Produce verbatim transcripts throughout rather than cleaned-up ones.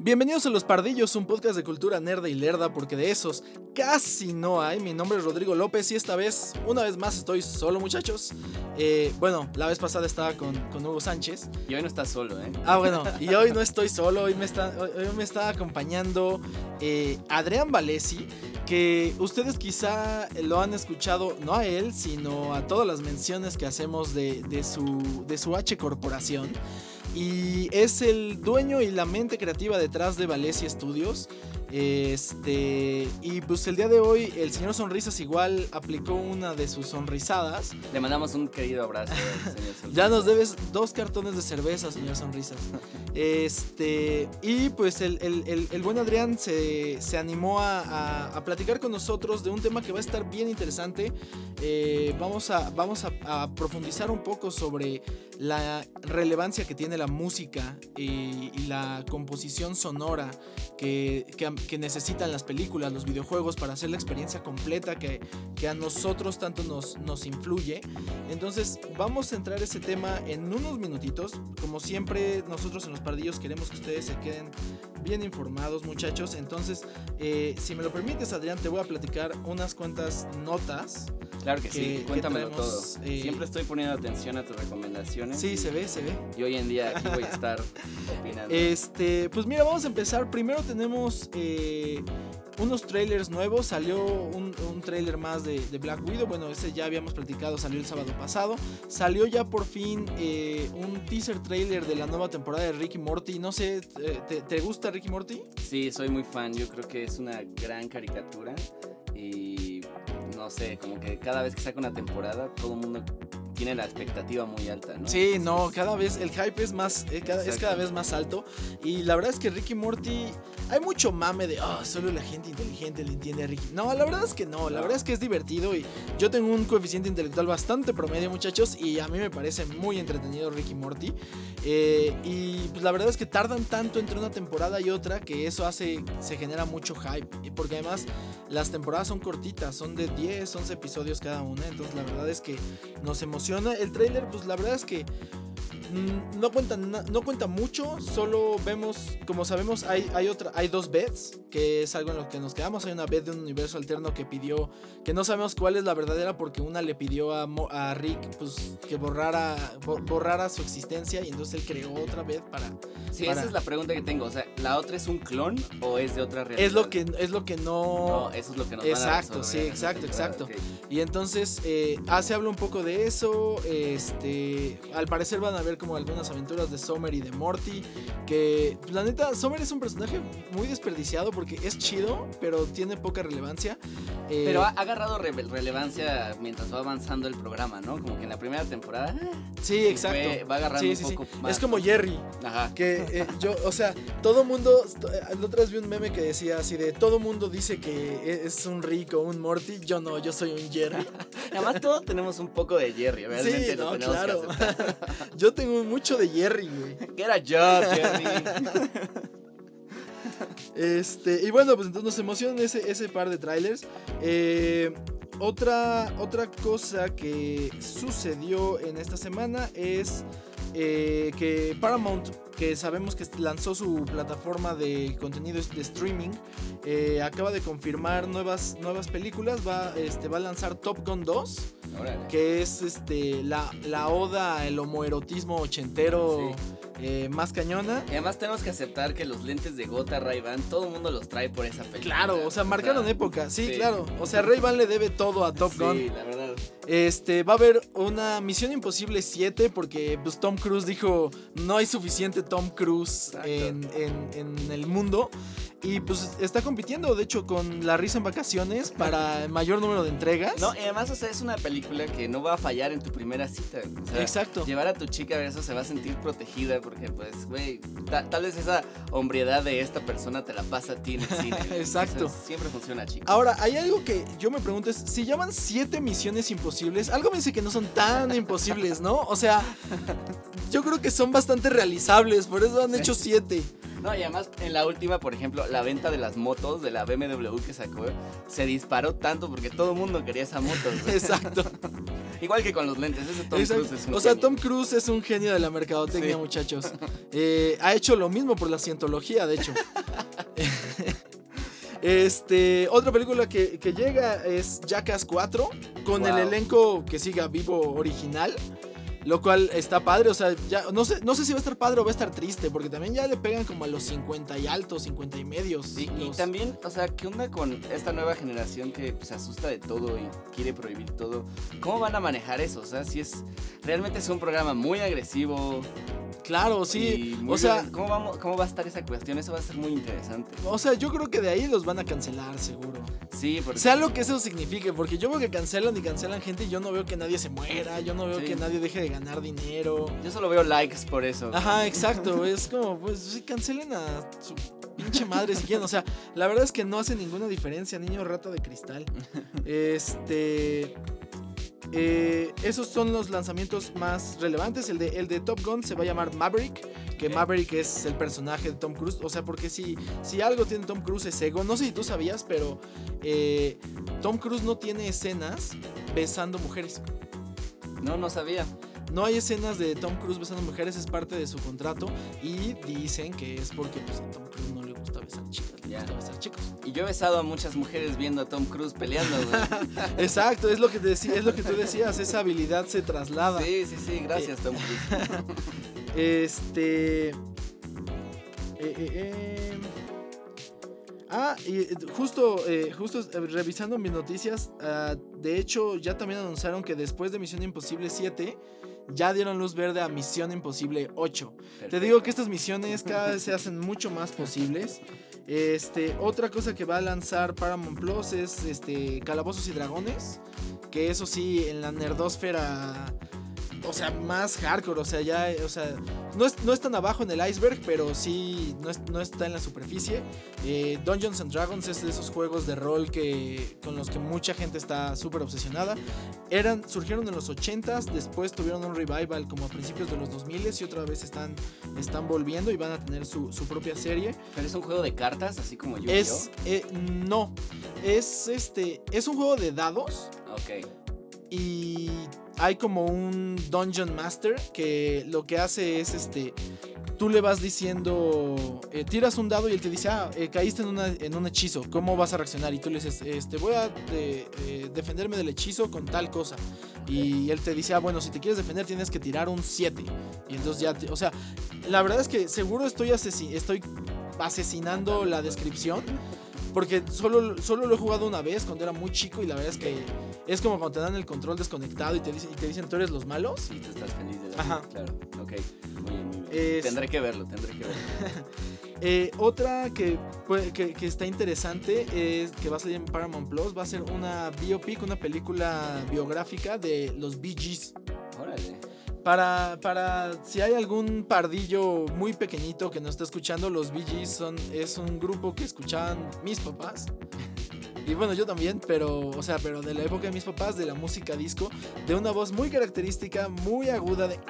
Bienvenidos a Los Pardillos, un podcast de cultura nerda y lerda, porque de esos casi no hay. Mi nombre es Rodrigo López y esta vez, una vez más, estoy solo, muchachos. Eh, bueno, la vez pasada estaba con, con Hugo Sánchez. Y hoy no estás solo, ¿eh? Ah, bueno, y hoy no estoy solo, hoy me está, hoy, hoy me está acompañando eh, Adrián Valesi, que ustedes quizá lo han escuchado, no a él, sino a todas las menciones que hacemos de, de, su, de su H Corporación. Y es el dueño y la mente creativa detrás de Valesi Studios. Este, y pues el día de hoy el señor Sonrisas igual aplicó una de sus sonrisadas. Le mandamos un querido abrazo al señor Sonrisas. Ya nos debes dos cartones de cerveza, señor Sonrisas. Este, y pues el, el, el, el buen Adrián se, se animó a, a, a platicar con nosotros de un tema que va a estar bien interesante. Eh, vamos a, vamos a, a profundizar un poco sobre la relevancia que tiene la música y, y la composición sonora que, que, que necesitan las películas, los videojuegos para hacer la experiencia completa que, que a nosotros tanto nos, nos influye. Entonces vamos a entrar a ese tema en unos minutitos. Como siempre, nosotros en Los Pardillos queremos que ustedes se queden bien informados, muchachos. Entonces, eh, si me lo permites, Adrián, te voy a platicar unas cuantas notas. Claro que, que sí, cuéntamelo que traemos, todo. Eh, Siempre estoy poniendo atención a tus recomendaciones. Sí, se ve, se ve. Y hoy en día aquí voy a estar opinando. Este, pues mira, vamos a empezar. Primero tenemos eh, unos trailers nuevos. Salió un, un trailer más de, de Black Widow. Bueno, ese ya habíamos platicado, salió el sábado pasado. Salió ya por fin eh, un teaser trailer de la nueva temporada de Rick y Morty. No sé, ¿te, te gusta Rick y Morty? Sí, soy muy fan. Yo creo que es una gran caricatura. Y no sé, como que cada vez que saca una temporada, todo el mundo tiene la expectativa muy alta, ¿no? Sí, no, cada vez el hype es más, eh, cada, es cada vez más alto. Y la verdad es que Rick y Morty, hay mucho mame de, oh, solo la gente inteligente le entiende a Rick. No, la verdad es que no, la verdad es que es divertido. Y yo tengo un coeficiente intelectual bastante promedio, muchachos, y a mí me parece muy entretenido Rick y Morty. eh, Y pues la verdad es que tardan tanto entre una temporada y otra que eso hace, se genera mucho hype. Porque además las temporadas son cortitas, son de diez, once episodios cada una. Entonces la verdad es que nos emociona. El tráiler, pues la verdad es que mmm, no cuenta no cuenta mucho, solo vemos, como sabemos, hay, hay otra, hay dos bets, que es algo en lo que nos quedamos. Hay una bet de un universo alterno que pidió, que no sabemos cuál es la verdadera, porque una le pidió a, a Rick pues que borrara borrara su existencia, y entonces él creó otra bet para. Sí, para... esa es la pregunta que tengo. O sea, ¿la otra es un clon o es de otra realidad? Es lo que, es lo que no. No, eso es lo que nos exacto, van a sí, exacto, exacto. Okay. Y entonces eh, ah, se habla un poco de eso. Este, al parecer van a ver como algunas aventuras de Summer y de Morty. Que la neta, Summer es un personaje muy desperdiciado porque es chido, pero tiene poca relevancia. Eh, pero ha agarrado re relevancia mientras va avanzando el programa, ¿no? Como que en la primera temporada. Sí, exacto. Fue, va agarrando sí, sí, un poco sí. más. Es como Jerry. Ajá. Que eh, yo, o sea, todo mundo. La otra vez vi un meme que decía así de: todo mundo dice que es un Rick o un Morty. Yo no, yo soy un Jerry. Además, todos tenemos un poco de Jerry, realmente. Sí, no, lo tenemos claro. que aceptar. Yo tengo mucho de Jerry, güey. Que era yo, Jerry. Este, y bueno, pues entonces nos emocionan ese, ese par de trailers. Eh, otra, otra cosa que sucedió en esta semana es eh, que Paramount, que sabemos que lanzó su plataforma de contenido de streaming, eh, acaba de confirmar nuevas, nuevas películas. Va, este, va a lanzar Top Gun dos. Órale. Que es este, la, la oda al homoerotismo ochentero. Sí. Eh, más cañona. Y además tenemos que aceptar que los lentes de Gota Ray-Ban, todo el mundo los trae por esa película. Claro, o sea, marcaron o sea, época, sí, sí, claro. O sea, Ray-Ban le debe todo a Top Gun. Sí, la verdad. Este, va a haber una Misión Imposible siete, porque pues, Tom Cruise dijo, no hay suficiente Tom Cruise en, en, en el mundo. Y pues está compitiendo, de hecho, con La Risa en Vacaciones para el mayor número de entregas. No, y además, o sea, es una película que no va a fallar en tu primera cita. O sea, exacto. Llevar a tu chica a ver eso, se va a sentir protegida, porque pues, güey, ta tal vez esa hombridad de esta persona te la pasa a ti en el cine. Exacto. Entonces, siempre funciona, chicos. Ahora, hay algo que yo me pregunto es, si llaman siete misiones imposibles, algo me dice que no son tan imposibles, ¿no? O sea, yo creo que son bastante realizables, por eso han sí. hecho siete. No, y además en la última, por ejemplo, la venta de las motos de la B M W que sacó se disparó tanto porque todo el mundo quería esa moto. Exacto. Igual que con los lentes, ese Tom Exacto. Cruise es un O sea, genio. Tom Cruise es un genio de la mercadotecnia, Sí. muchachos. Eh, ha hecho lo mismo por la cientología, de hecho. Este, otra película que, que llega es Jackass cuatro, con Wow. el elenco que siga vivo original, lo cual está padre. O sea, ya no sé, no sé si va a estar padre o va a estar triste, porque también ya le pegan como a los cincuenta y altos, cincuenta y medios. Sí, y los- también, o sea, ¿qué onda con esta nueva generación que se asusta de todo y quiere prohibir todo? ¿Cómo van a manejar eso? O sea, si es realmente es un programa muy agresivo. Claro, sí. y muy O sea, violento, ¿cómo, vamos, ¿cómo va a estar esa cuestión? Eso va a ser muy interesante. o sea, yo creo que de ahí los van a cancelar, seguro. Sí, porque Sea lo que eso signifique, porque yo veo que cancelan y cancelan gente y yo no veo que nadie se muera, yo no veo Sí. que nadie deje de ganar dinero. yo solo veo likes por eso. Ajá, exacto, es como, pues sí, cancelen a su pinche madre si quieren. O sea, la verdad es que no hace ninguna diferencia, niño rata de cristal. Este... eh, esos son los lanzamientos más relevantes. El de, el de Top Gun se va a llamar Maverick, que Ok. Maverick es el personaje de Tom Cruise. O sea, porque si, si algo tiene Tom Cruise es ego. No sé si tú sabías, pero eh, Tom Cruise no tiene escenas besando mujeres. No, no sabía. No hay escenas de Tom Cruise besando mujeres, es parte de su contrato. Y dicen que es porque pues, a Tom Cruise no le gusta besar chicas, le Ya. gusta besar chicos. Y yo he besado a muchas mujeres viendo a Tom Cruise peleando, güey. Exacto, es lo que te decía, es lo que tú decías, esa habilidad se traslada. Sí, sí, sí, gracias, Tom Cruise. Este. eh, eh, eh. Ah, y eh, justo, eh, justo eh, revisando mis noticias, ah, de hecho ya también anunciaron que después de Misión Imposible siete, ya dieron luz verde a Misión Imposible ocho. Te Perfecto. digo que estas misiones cada vez se hacen mucho más posibles. Este, otra cosa que va a lanzar Paramount Plus es este, Calabozos y Dragones, que eso sí, en la nerdósfera, o sea, más hardcore, o sea, ya, o sea, no es, no es tan abajo en el iceberg, pero sí, no, es, no está en la superficie. Eh, Dungeons and Dragons es de esos juegos de rol que, con los que mucha gente está súper obsesionada. Eran, surgieron en los ochentas, después tuvieron un revival como a principios de los dos miles y otra vez están, están volviendo y van a tener su, su propia serie. Pero es un juego de cartas, así como yo. Es, eh, no, es este, es un juego de dados. Ok. Y hay como un Dungeon Master que lo que hace es este. Tú le vas diciendo. Eh, tiras un dado y él te dice: Ah, eh, caíste en, una, en un hechizo. ¿Cómo vas a reaccionar? Y tú le dices: este, Voy a de, eh, defenderme del hechizo con tal cosa. Y él te dice: Ah, bueno, si te quieres defender tienes que tirar un siete. Y entonces ya. Te, o sea, la verdad es que seguro estoy, asesi estoy asesinando la descripción. Porque solo, solo lo he jugado una vez cuando era muy chico y la verdad es que es como cuando te dan el control desconectado y te dicen, y te dicen tú eres los malos. Y tú estás feliz de la Ajá. vida, claro. Ok, muy bien, muy bien. Es- Tendré que verlo, tendré que verlo. Eh, otra que, puede- que, que está interesante es que va a salir en Paramount Plus. Va a ser una biopic, una película biográfica de los Bee Gees. Órale. Para, para si hay algún pardillo muy pequeñito que nos está escuchando, los Bee Gees son, es un grupo que escuchaban mis papás. Y bueno, yo también, pero, o sea, pero de la época de mis papás, de la música disco, de una voz muy característica, muy aguda de...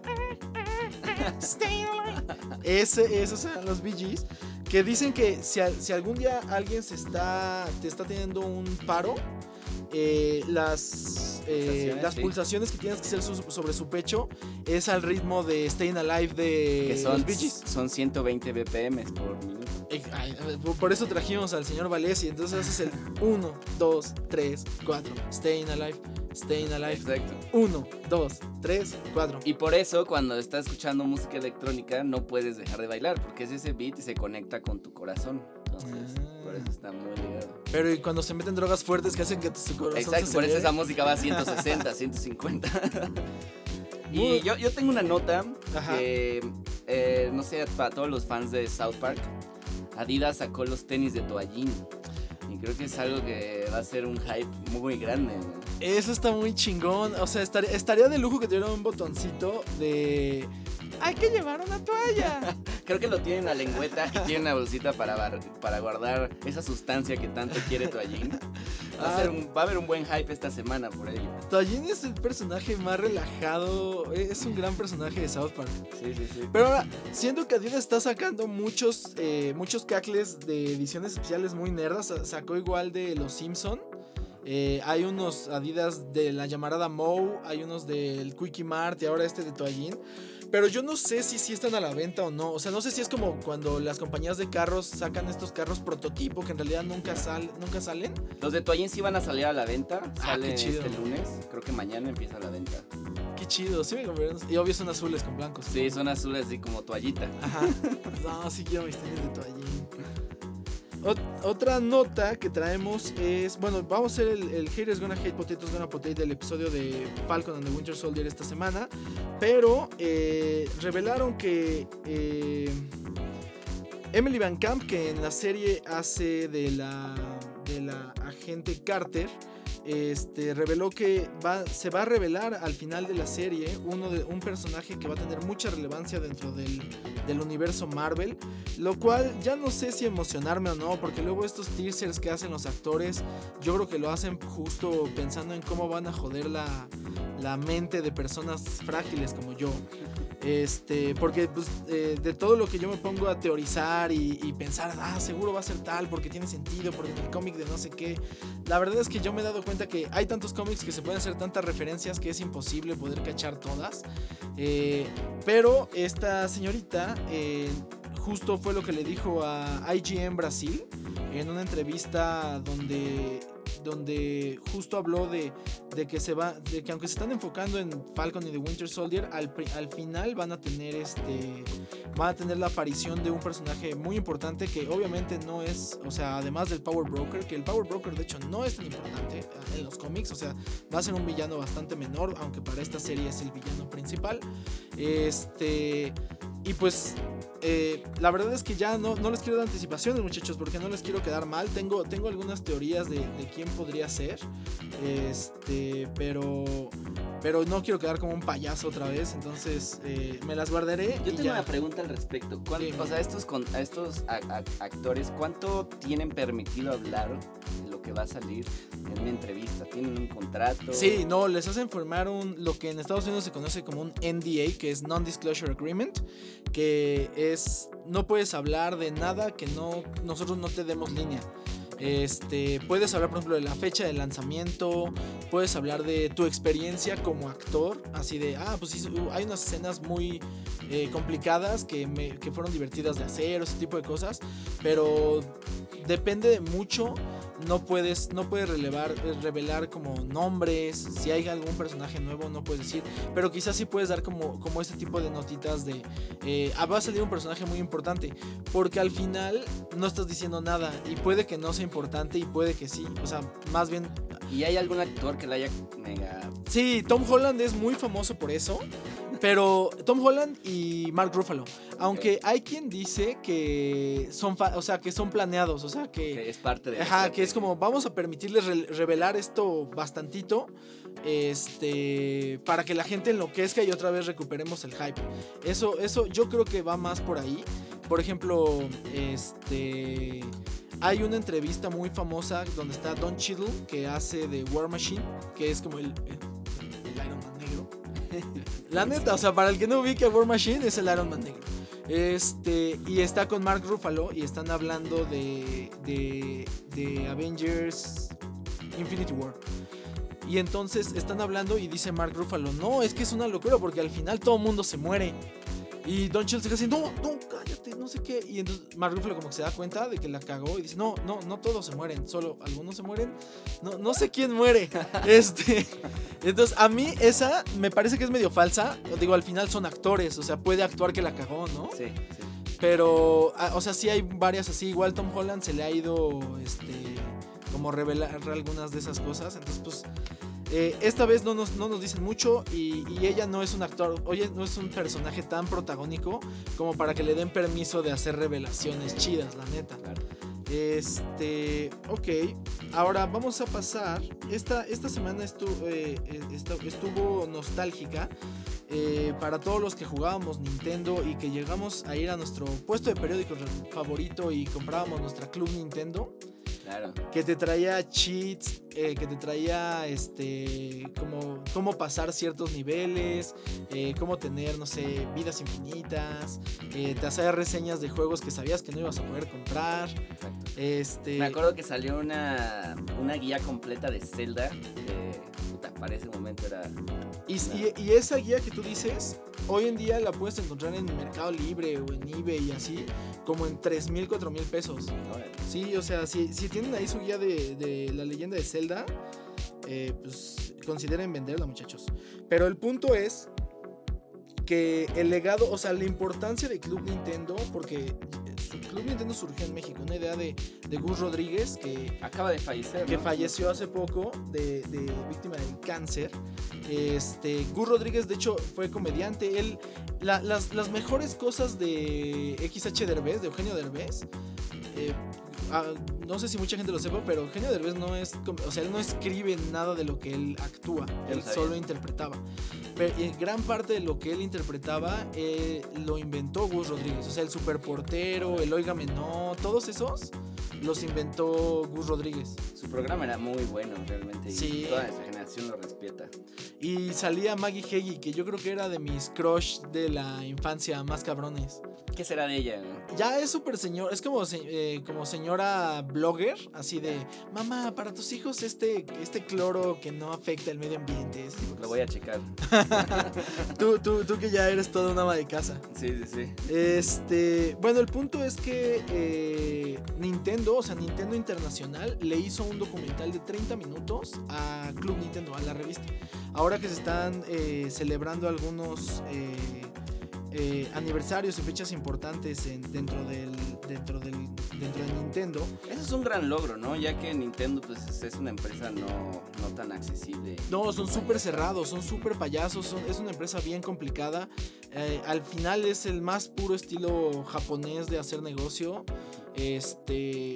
Ese, esos eran los Bee Gees, que dicen que si, a- si algún día alguien se está, te está teniendo un paro, eh, las, eh, Pulsaciones, las sí. pulsaciones que tienes que hacer su- sobre su pecho es al ritmo de Staying Alive de Que son, los Bee Gees. son ciento veinte B P M por minuto. Eh, ay, por- por eso trajimos al señor Valesi. Entonces haces el uno, dos, tres, cuatro. Staying Alive, Staying Alive. Exacto. uno, dos, tres, cuatro. Y por eso cuando estás escuchando música electrónica no puedes dejar de bailar, porque es ese beat y se conecta con tu corazón. Entonces, Ah. por eso está muy ligado. Pero y cuando se meten drogas fuertes que hacen que tu corazón Exacto, se por eso acelere. esa música va a ciento sesenta, ciento cincuenta. Muy- Y yo, yo tengo una nota Ajá. que, eh, no sé, para todos los fans de South Park, Adidas sacó los tenis de toallín. Y creo que es algo que va a ser un hype muy grande. ¿no? Eso está muy chingón. O sea, estaría, estaría de lujo que tuviera un botoncito de... Hay que llevar una toalla. Creo que lo tienen a lengüeta y tienen una bolsita para, bar- para guardar esa sustancia que tanto quiere toallín. Va a, ser un- va a haber un buen hype esta semana por ello. Toallín es el personaje más relajado. Es un gran personaje de South Park. Sí, sí, sí. Pero ahora, siento que Adidas está sacando muchos, eh, muchos cacles de ediciones especiales muy nerdas. Sa- Sacó igual de Los Simpson. Eh, hay unos Adidas de la llamarada Moe, hay unos del Quickie Mart y ahora este de Toallín. Pero yo no sé si sí están a la venta o no. O sea, no sé si es como cuando las compañías de carros sacan estos carros prototipo que en realidad nunca, sal, nunca salen. Los de Toallín sí van a salir a la venta. Ah, Salen qué chido. este lunes. Creo que mañana empieza la venta. Qué chido, sí me compraron. Y obvio son azules con blancos. Sí, son azules así como toallita. Ajá. No, sí quiero mis tenis de Toallín. Ot- otra nota que traemos es, bueno, vamos a hacer el, el Haters Gonna Hate Potatoes Gonna Potate del episodio de Falcon and the Winter Soldier esta semana, pero eh, revelaron que eh, Emily Van Camp, que en la serie hace de la, de la agente Carter, este, reveló que va, se va a revelar al final de la serie uno de, un personaje que va a tener mucha relevancia dentro del, del universo Marvel, lo cual ya no sé si emocionarme o no, porque luego estos teasers que hacen los actores, yo creo que lo hacen justo pensando en cómo van a joder la, la mente de personas frágiles como yo. Este, porque pues, eh, de todo lo que yo me pongo a teorizar y, y pensar, ah, seguro va a ser tal porque tiene sentido, porque en el cómic de no sé qué, la verdad es que yo me he dado cuenta que hay tantos cómics que se pueden hacer tantas referencias que es imposible poder cachar todas. Eh, pero esta señorita eh, justo fue lo que le dijo a I G N Brasil en una entrevista donde donde justo habló de, de que se va, de que aunque se están enfocando en Falcon y The Winter Soldier, al, al final van a tener este, van a tener la aparición de un personaje muy importante que obviamente no es, o sea, además del Power Broker, que el Power Broker de hecho no es tan importante en los cómics, o sea, va a ser un villano bastante menor, aunque para esta serie es el villano principal. Este, y pues Eh, la verdad es que ya no, no les quiero dar anticipaciones, muchachos, porque no les quiero quedar mal. Tengo, tengo algunas teorías de, de quién podría ser, este, pero, pero no quiero quedar como un payaso otra vez, entonces eh, me las guardaré. Yo y tengo ya. una pregunta al respecto. ¿Cuán, Sí. o sea, estos, con, a estos a, a, actores, ¿cuánto tienen permitido hablar de lo que va a salir en una entrevista? ¿Tienen un contrato? Sí, no, les hacen firmar un, lo que en Estados Unidos se conoce como un N D A, que es Non-Disclosure Agreement, que es, no puedes hablar de nada que no, nosotros no te demos línea. Este, puedes hablar, por ejemplo, de la fecha de lanzamiento, puedes hablar de tu experiencia como actor, así de, ah, pues sí, hay unas escenas muy eh, complicadas que, me, que fueron divertidas de hacer, ese tipo de cosas, pero depende de mucho. No puedes, no puedes relevar, revelar como nombres. Si hay algún personaje nuevo no puedes decir, pero quizás sí puedes dar como, como este tipo de notitas de eh, ah, va a salir un personaje muy importante, porque al final no estás diciendo nada y puede que no sea importante y puede que sí, o sea, más bien. ¿Y hay algún actor que la haya mega...? Sí, Tom Holland es muy famoso por eso, pero Tom Holland y Mark Ruffalo, aunque hay quien dice que son, fa- o sea, que son planeados, o sea, que, Que es parte de... la ajá, que es estrategia. como vamos a permitirles re- revelar esto bastantito, este, para que la gente enloquezca y otra vez recuperemos el hype. Eso, eso yo creo que va más por ahí. Por ejemplo, este, hay una entrevista muy famosa donde está Don Cheadle, que hace de War Machine, que es como el, el, el Iron Man negro. La neta, o sea, para el que no ubique a War Machine, es el Iron Man negro. Este, y está con Mark Ruffalo y están hablando de, de, de Avengers Infinity War. Y entonces están hablando y dice Mark Ruffalo, no, es que es una locura porque al final todo el mundo se muere. Y Don Cheadle se queda así, no, no, cállate, no sé qué. Y entonces Mark Ruffalo como que se da cuenta de que la cagó y dice, no, no, no todos se mueren, solo algunos se mueren. No, no sé quién muere. Este, entonces a mí esa me parece que es medio falsa. Digo, al final son actores, o sea, puede actuar que la cagó, ¿no? Sí, sí. Pero, o sea, sí hay varias así. Igual Tom Holland se le ha ido, este, como revelar algunas de esas cosas. Entonces, pues, eh, esta vez no nos, no nos dicen mucho y, y ella no es un actor, oye, no es un personaje tan protagónico como para que le den permiso de hacer revelaciones chidas, la neta. Claro. Este, ok, ahora vamos a pasar. Esta, esta semana estuvo, eh, estuvo, estuvo nostálgica eh, para todos los que jugábamos Nintendo y que llegamos a ir a nuestro puesto de periódicos favorito y comprábamos nuestra Club Nintendo. Claro. Que te traía cheats, eh, que te traía este como cómo pasar ciertos niveles, eh, cómo tener, no sé, vidas infinitas, eh, te hacía reseñas de juegos que sabías que no ibas a poder comprar. Exacto. Este... Me acuerdo que salió una, una guía completa de Zelda. Eh, puta, para ese momento era... Y, una... y, y esa guía que tú dices, hoy en día la puedes encontrar en Mercado Libre o en eBay y así, como en tres mil, cuatro mil pesos. Sí, o sea, si, si tienen ahí su guía de, de la leyenda de Zelda, eh, pues consideren venderla, muchachos. Pero el punto es que el legado, o sea, la importancia de Club Nintendo, porque Club Nintendo surgió en México, una idea de, de Gus Rodríguez, que acaba de fallecer, que ¿no? falleció hace poco de, de víctima del cáncer. Este, Gus Rodríguez, de hecho, fue comediante. Él, la, las, las mejores cosas de X H Derbez, de Eugenio Derbez, eh, ah, no sé si mucha gente lo sepa, pero Eugenio Derbez no es, o sea, él no escribe nada de lo que él actúa, Yo él solo interpretaba. Pero en gran parte de lo que él interpretaba eh, lo inventó Gus Rodríguez. O sea, el superportero, el Óigame No, todos esos los inventó Gus Rodríguez. Su programa era muy bueno, realmente. Sí. Y toda esa generación lo respeta. Y salía Maggie Heggie, que yo creo que era de mis crush de la infancia más cabrones. ¿Qué será de ella? Ya es súper señor, es como, eh, como señora blogger, así de, mamá, para tus hijos este, este cloro que no afecta el medio ambiente. Lo voy a checar. tú, tú, tú que ya eres toda una ama de casa. Sí, sí, sí. Este, bueno, el punto es que eh, Nintendo, o sea, Nintendo Internacional, le hizo un documental de treinta minutos a Club Nintendo, a la revista. Ahora que se están eh, celebrando algunos... Eh, Eh, aniversarios y fechas importantes en, dentro del dentro del dentro de Nintendo. Eso es un gran logro, ¿no? Ya que Nintendo pues es una empresa no, no tan accesible. No, son súper cerrados, son súper payasos, son, es una empresa bien complicada. Eh, al final es el más puro estilo japonés de hacer negocio. Este...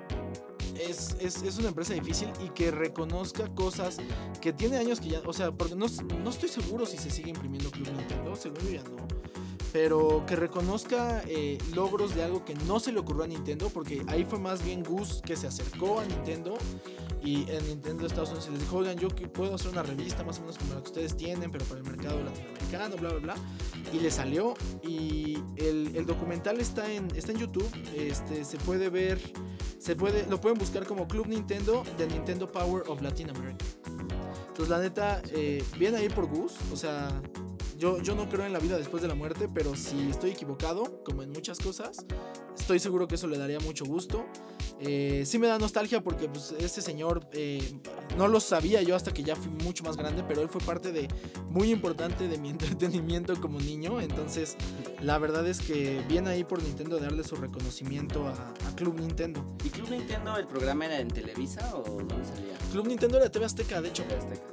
Es, es, es una empresa difícil y que reconozca cosas que tiene años que ya... O sea, porque no, no estoy seguro si se sigue imprimiendo Club Nintendo, según yo ya no. Pero que reconozca eh, logros de algo que no se le ocurrió a Nintendo, porque ahí fue más bien Gus que se acercó a Nintendo y en Nintendo de Estados Unidos les dijo, oigan, yo puedo hacer una revista más o menos como la que ustedes tienen, pero para el mercado latinoamericano, bla, bla, bla. Y le salió y el, el documental está en, está en YouTube, este, se puede ver, se puede, lo pueden buscar como Club Nintendo, The Nintendo Power of Latin America. Entonces la neta, eh, bien ahí por Gus, o sea... Yo, yo no creo en la vida después de la muerte, pero si estoy equivocado, como en muchas cosas, estoy seguro que eso le daría mucho gusto. Eh, sí me da nostalgia porque pues, este señor eh, no lo sabía yo hasta que ya fui mucho más grande, pero él fue parte de muy importante de mi entretenimiento como niño. Entonces la verdad es que viene ahí por Nintendo de darle su reconocimiento a, a Club Nintendo. ¿Y Club Nintendo el programa era en Televisa o dónde salía? Club Nintendo era T V Azteca, de hecho. T V Azteca.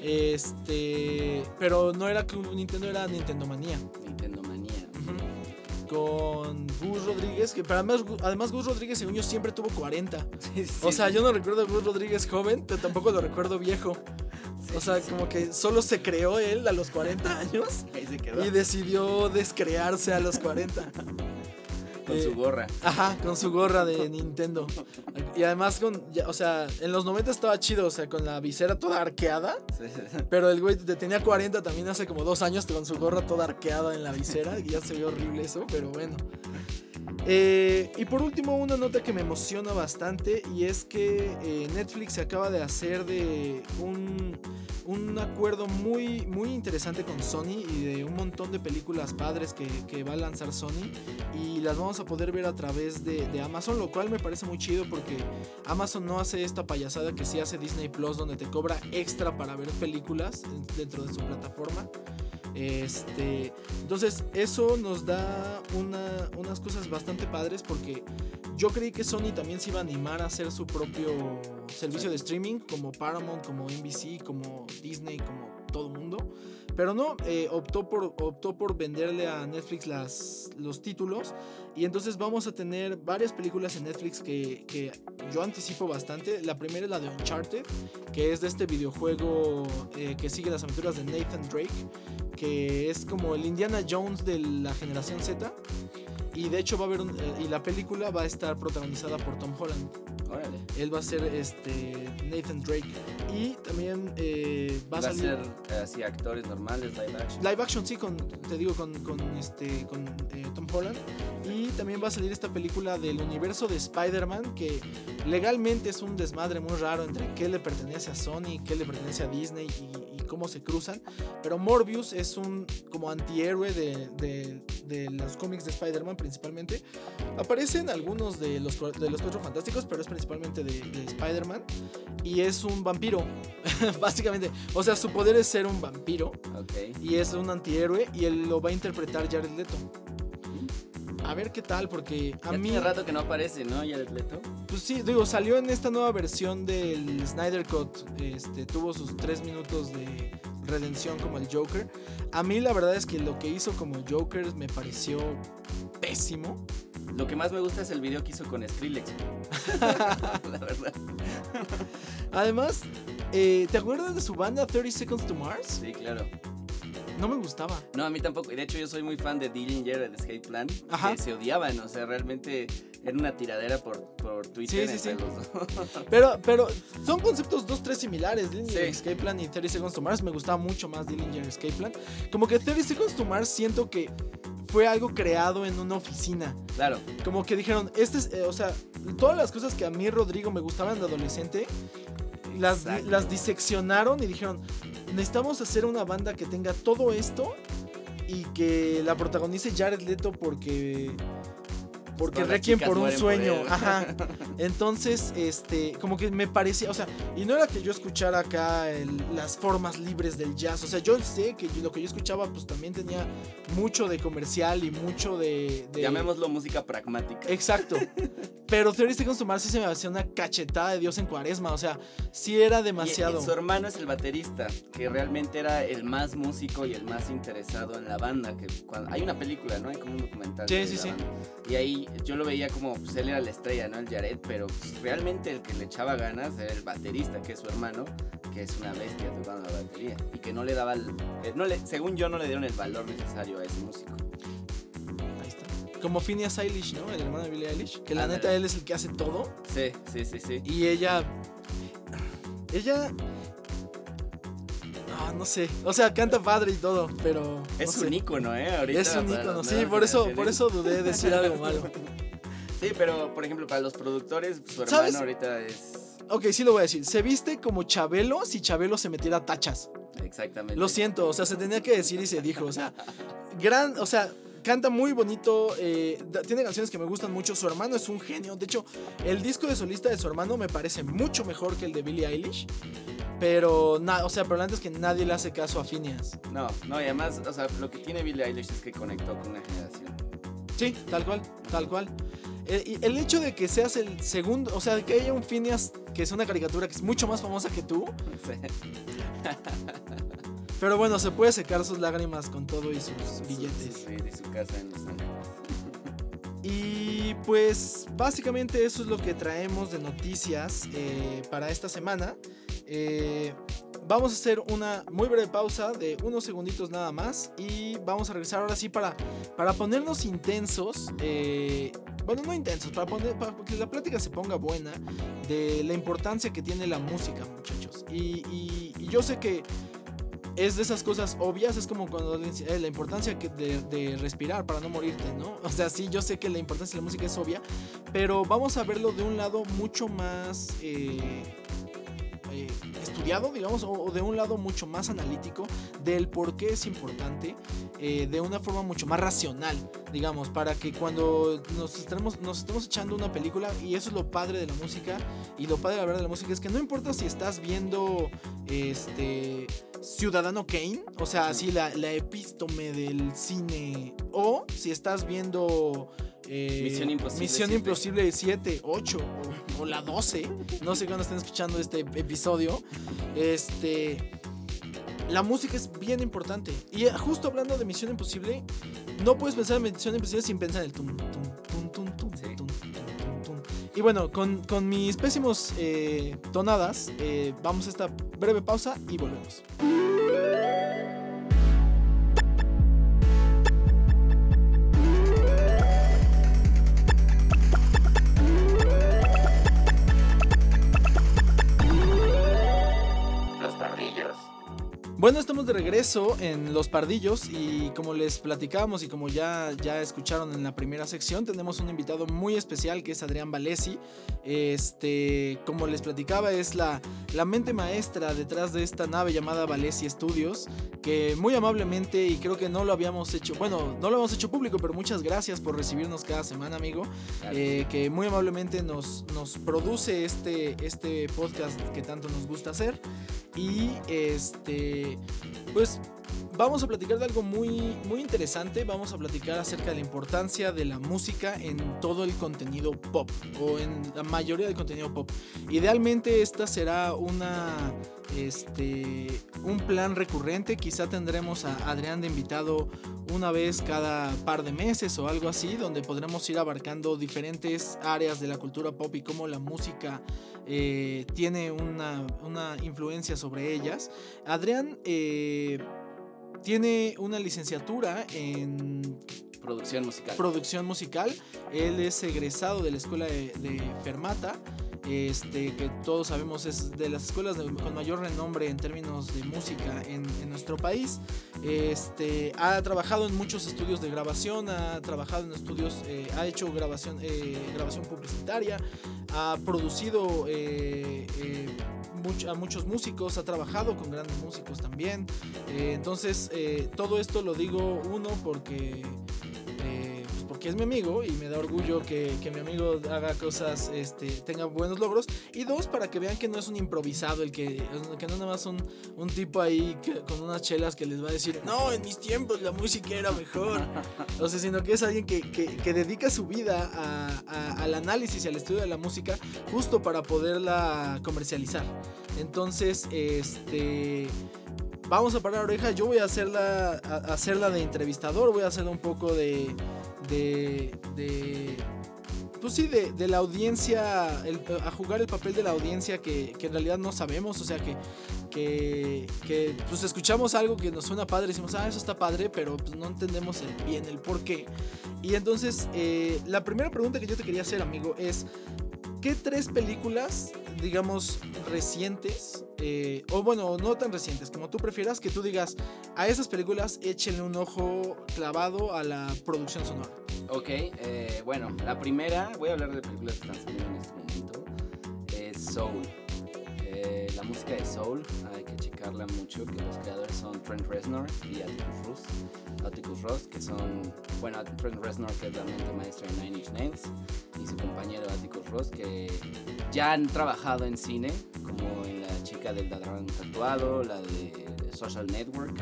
Este, pero no era Club Nintendo, era Nintendo Manía. Nintendo Manía. Uh-huh. Con Gus Rodríguez, que para además, además Gus Rodríguez según yo siempre tuvo cuarenta. Sí, sí, o sea, sí. yo no recuerdo a Gus Rodríguez joven, pero tampoco lo recuerdo viejo. Sí, o sea, sí, como sí. que solo se creó él a los cuarenta años Ahí se quedó. y decidió descrearse a los cuarenta. Con eh, su gorra. Ajá, con su gorra de Nintendo. Y además con, ya, o sea, en los noventa estaba chido, o sea, con la visera toda arqueada. Sí, sí, sí. Pero el güey tenía cuarenta también hace como dos años con su gorra toda arqueada en la visera. Y ya se ve horrible eso, pero bueno. Eh, y por último, una nota que me emociona bastante. Y es que eh, Netflix se acaba de hacer de un, un acuerdo muy, muy interesante con Sony. Y de un montón de películas padres que, que va a lanzar Sony. Y las vamos a poder ver a través de, de Amazon. Lo cual me parece muy chido porque Amazon no hace esta payasada que sí hace Disney Plus, donde te cobra extra para ver películas dentro de su plataforma. Este, entonces eso nos da una, unas cosas bastante padres porque yo creí que Sony también se iba a animar a hacer su propio servicio de streaming como Paramount, como N B C, como Disney, como todo mundo, pero no, eh, optó, por, optó por venderle a Netflix las, los títulos y entonces vamos a tener varias películas en Netflix que, que yo anticipo bastante. La primera es la de Uncharted, que es de este videojuego eh, que sigue las aventuras de Nathan Drake, que es como el Indiana Jones de la generación Z. y de hecho va a haber un, eh, y la película va a estar protagonizada por Tom Holland. Órale. Él va a ser este Nathan Drake. Y también eh, va, va a salir. Va a ser eh, así actores normales, live action. Live action, sí, con, te digo, con, con, este, con eh, Tom Holland. Y también va a salir esta película del universo de Spider-Man, que legalmente es un desmadre muy raro entre qué le pertenece a Sony, qué le pertenece a Disney y, y cómo se cruzan. Pero Morbius es un como antihéroe de, de, de los cómics de Spider-Man principalmente. Aparecen algunos de los, de los Cuatro Fantásticos, pero es principalmente de, de Spider-Man. Y es un vampiro, básicamente. O sea, su poder es ser un vampiro. Okay. Y es un antihéroe y él lo va a interpretar Jared Leto. A ver qué tal, porque a ya mí... tiene rato que no aparece, ¿no? Jared Leto. Pues sí, digo, salió en esta nueva versión del Snyder Cut. Este, tuvo sus tres minutos de redención como el Joker. A mí la verdad es que lo que hizo como Joker me pareció pésimo. Lo que más me gusta es el video que hizo con Skrillex. La verdad. Además, eh, ¿te acuerdas de su banda thirty Seconds to Mars? Sí, claro. No me gustaba. No, a mí tampoco. Y de hecho yo soy muy fan de Dillinger, el Escape Plan. Ajá. Que se odiaban, o sea, realmente era una tiradera por, por Twitter sí, sí, entre sí. los dos. Pero, pero son conceptos dos, tres similares. Dillinger Sí. Escape Plan y thirty Seconds to Mars. Me gustaba mucho más Dillinger Escape Plan. Como que thirty Seconds to Mars siento que fue algo creado en una oficina. Claro. Como que dijeron, este es, eh, o sea, todas las cosas que a mí, Rodrigo, me gustaban de adolescente, las, las diseccionaron y dijeron, necesitamos hacer una banda que tenga todo esto y que la protagonice Jared Leto porque... Porque Requiem por un sueño. Por Ajá. Entonces, este, como que me parecía, o sea, y no era que yo escuchara acá el, las formas libres del jazz. O sea, yo sé que yo, lo que yo escuchaba, pues también tenía mucho de comercial y mucho de. de... Llamémoslo música pragmática. Exacto. Pero thirty Seconds to Mars sí se me hacía una cachetada de Dios en Cuaresma. O sea, sí era demasiado. Y, y su hermano es el baterista, que realmente era el más músico y el más interesado en la banda. Que cuando, hay una película, ¿no? Hay como un documental. Sí, de sí, la sí. banda. Y ahí yo lo veía como, pues él era la estrella, ¿no? El Jared, pero pues, realmente el que le echaba ganas era el baterista, que es su hermano, que es una bestia tocando la batería. Y que no le daba, el, no le, según yo, no le dieron el valor necesario a ese músico. Ahí está. Como Phineas Eilish, ¿no? El hermano de Billie Eilish. Que la Ah, neta dale. él es el que hace todo. Sí, sí, sí, sí. Y ella... Ella... Ah, no sé. O sea, canta padre y todo, pero... Es no un sé. ícono, ¿eh? Ahorita Es un para ícono, las sí, nuevas por eso, por generaciones. eso dudé de decir algo malo. Sí, pero por ejemplo, para los productores, su hermano ¿Sabes? ahorita es... Ok, sí lo voy a decir. Se viste como Chabelo si Chabelo se metiera tachas. Exactamente. Lo siento, o sea, se tenía que decir y se dijo. O sea, gran, o sea, canta muy bonito. Eh, da- tiene canciones que me gustan mucho. Su hermano es un genio. De hecho, el disco de solista de su hermano me parece mucho mejor que el de Billie Eilish. Pero, na- o sea, pero antes que nadie le hace caso a Phineas. No, no, y además, o sea, lo que tiene Billie Eilish es que conectó con una generación. Sí, tal cual, tal cual. Eh, y el hecho de que seas el segundo, o sea, que haya un Phineas que es una caricatura que es mucho más famosa que tú. Sí. Pero bueno, se puede secar sus lágrimas con todo y sus billetes. Sí, de su casa en Los Ángeles. Y pues básicamente eso es lo que traemos de noticias eh, para esta semana. Eh, vamos a hacer una muy breve pausa de unos segunditos nada más y vamos a regresar ahora sí para, para ponernos intensos. Eh, bueno, no intensos, para, poner, para que la plática se ponga buena de la importancia que tiene la música, muchachos. Y, y, y yo sé que es de esas cosas obvias, es como cuando eh, la importancia que de, de respirar para no morirte, ¿no? O sea, sí, yo sé que la importancia de la música es obvia, pero vamos a verlo de un lado mucho más eh, eh, estudiado, digamos, o, o de un lado mucho más analítico del por qué es importante, eh, de una forma mucho más racional, digamos, para que cuando nos estemos, nos estemos echando una película, y eso es lo padre de la música, y lo padre de hablar de la música es que no importa si estás viendo este... Ciudadano Kane, o sea, así la, la epítome del cine, o si estás viendo eh, Misión Imposible Misión siete. Imposible siete, ocho o, o la doce, no sé cuándo estén escuchando este episodio, este, la música es bien importante. Y justo hablando de Misión Imposible, no puedes pensar en Misión Imposible sin pensar en el tum, tum, tum, tum, tum, Sí. tum, tum, tum, tum. Y bueno, con, con mis pésimos eh, tonadas, eh, vamos a esta breve pausa y volvemos. Bueno, estamos de regreso en Los Pardillos y como les platicábamos y como ya, ya escucharon en la primera sección, tenemos un invitado muy especial que es Adrián Valesi. Este, como les platicaba, es la, la mente maestra detrás de esta nave llamada Valesi Studios, que muy amablemente, y creo que no lo habíamos hecho, bueno, no lo hemos hecho público, pero muchas gracias por recibirnos cada semana, amigo, eh, que muy amablemente nos, nos produce este, este podcast que tanto nos gusta hacer. Y este, pues vamos a platicar de algo muy, muy interesante. Vamos a platicar acerca de la importancia de la música en todo el contenido pop, o en la mayoría del contenido pop. Idealmente esta será una, este, un plan recurrente. Quizá tendremos a Adrián de invitado una vez cada par de meses o algo así, donde podremos ir abarcando diferentes áreas de la cultura pop y cómo la música eh, tiene una, una influencia sobre ellas. Adrián eh, tiene una licenciatura en producción musical. producción musical. Él es egresado de la escuela de, de Fermata, este, que todos sabemos es de las escuelas de, con mayor renombre en términos de música en, en nuestro país. Este, ha trabajado en muchos estudios de grabación, ha trabajado en estudios, eh, ha hecho grabación, eh, grabación publicitaria, ha producido eh, eh, much, a muchos músicos, ha trabajado con grandes músicos también. Eh, entonces, eh, todo esto lo digo, uno, porque... Eh, porque es mi amigo y me da orgullo que, que mi amigo haga cosas, este, tenga buenos logros, y dos, para que vean que no es un improvisado, el que, que no nada más un, un tipo ahí que, con unas chelas que les va a decir, no, en mis tiempos la música era mejor, o sea, sino que es alguien que, que, que dedica su vida a, a, al análisis y al estudio de la música justo para poderla comercializar. Entonces, este... vamos a parar oreja. Yo voy a hacerla, a hacerla de entrevistador, voy a hacerla un poco de, de, de pues sí, de, de la audiencia, el, a jugar el papel de la audiencia que, que en realidad no sabemos, o sea, que, que, que pues escuchamos algo que nos suena padre y decimos, ah, eso está padre, pero pues no entendemos el, bien el por qué. Y entonces, eh, la primera pregunta que yo te quería hacer, amigo, es, ¿qué tres películas, digamos, recientes, eh, o bueno, no tan recientes, como tú prefieras, que tú digas, a esas películas échenle un ojo clavado a la producción sonora? Ok, eh, bueno, la primera, voy a hablar de películas que están saliendo en este momento, es Soul. Eh, la música de Soul hay que checarla mucho, que los creadores son Trent Reznor y Atticus Ross, Atticus Ross, que son, bueno, Trent Reznor, que es la mente maestra de Nine Inch Nails, y su compañero Atticus Ross, que ya han trabajado en cine, como en La chica del ladrón tatuado, la de Social Network,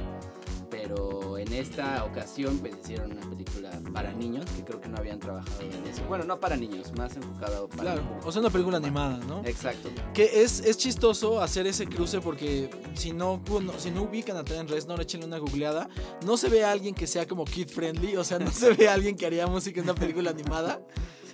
pero en esta ocasión pues hicieron una película para niños, que creo que no habían trabajado en eso. Bueno, no para niños, más enfocado para... Claro, o sea, una película animada, ¿no? Exacto. Que es, es chistoso hacer ese cruce porque si no, si no ubican a Trent Reznor, échenle una googleada. No se ve a alguien que sea como kid friendly, o sea, no se ve a alguien que haría música en una película animada.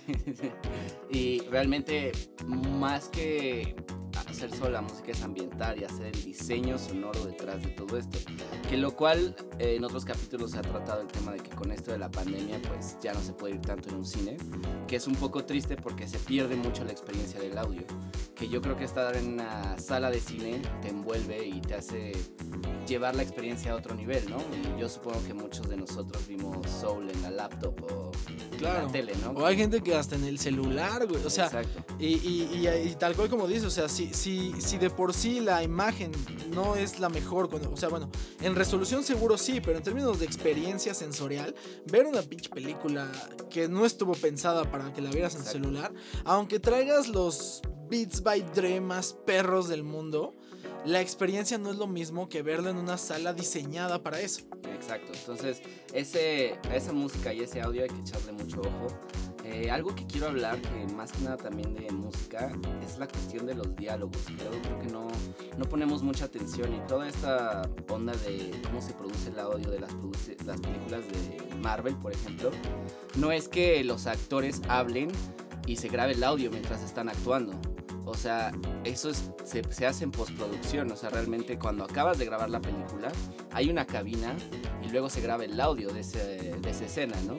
Y realmente, más que hacer solo la música, es ambientar y hacer el diseño sonoro detrás de todo esto, que lo cual eh, en otros capítulos se ha tratado el tema de que con esto de la pandemia pues ya no se puede ir tanto en un cine, que es un poco triste porque se pierde mucho la experiencia del audio, que yo creo que estar en una sala de cine te envuelve y te hace llevar la experiencia a otro nivel, ¿no? Y yo supongo que muchos de nosotros vimos Soul en la laptop o claro, en la tele, ¿no? O hay gente que hasta en el celular, güey, o sea, exacto. Y, y, y, y tal cual como dices, o sea, si, si, si de por sí la imagen no es la mejor, o sea, bueno, en resolución seguro sí, pero en términos de experiencia sensorial, ver una pinche película que no estuvo pensada para que la vieras en exacto. celular, aunque traigas los Beats by Dre más perros del mundo, la experiencia no es lo mismo que verlo en una sala diseñada para eso. Exacto, entonces ese, esa música y ese audio hay que echarle mucho ojo. Eh, algo que quiero hablar, que más que nada también de música, es la cuestión de los diálogos. Creo, creo que no, no ponemos mucha atención, y toda esta onda de cómo se produce el audio de las, produce, las películas de Marvel, por ejemplo, no es que los actores hablen y se grabe el audio mientras están actuando. O sea, eso es, se, se hace en postproducción. O sea, realmente cuando acabas de grabar la película, hay una cabina y luego se graba el audio de, ese, de esa escena, ¿no?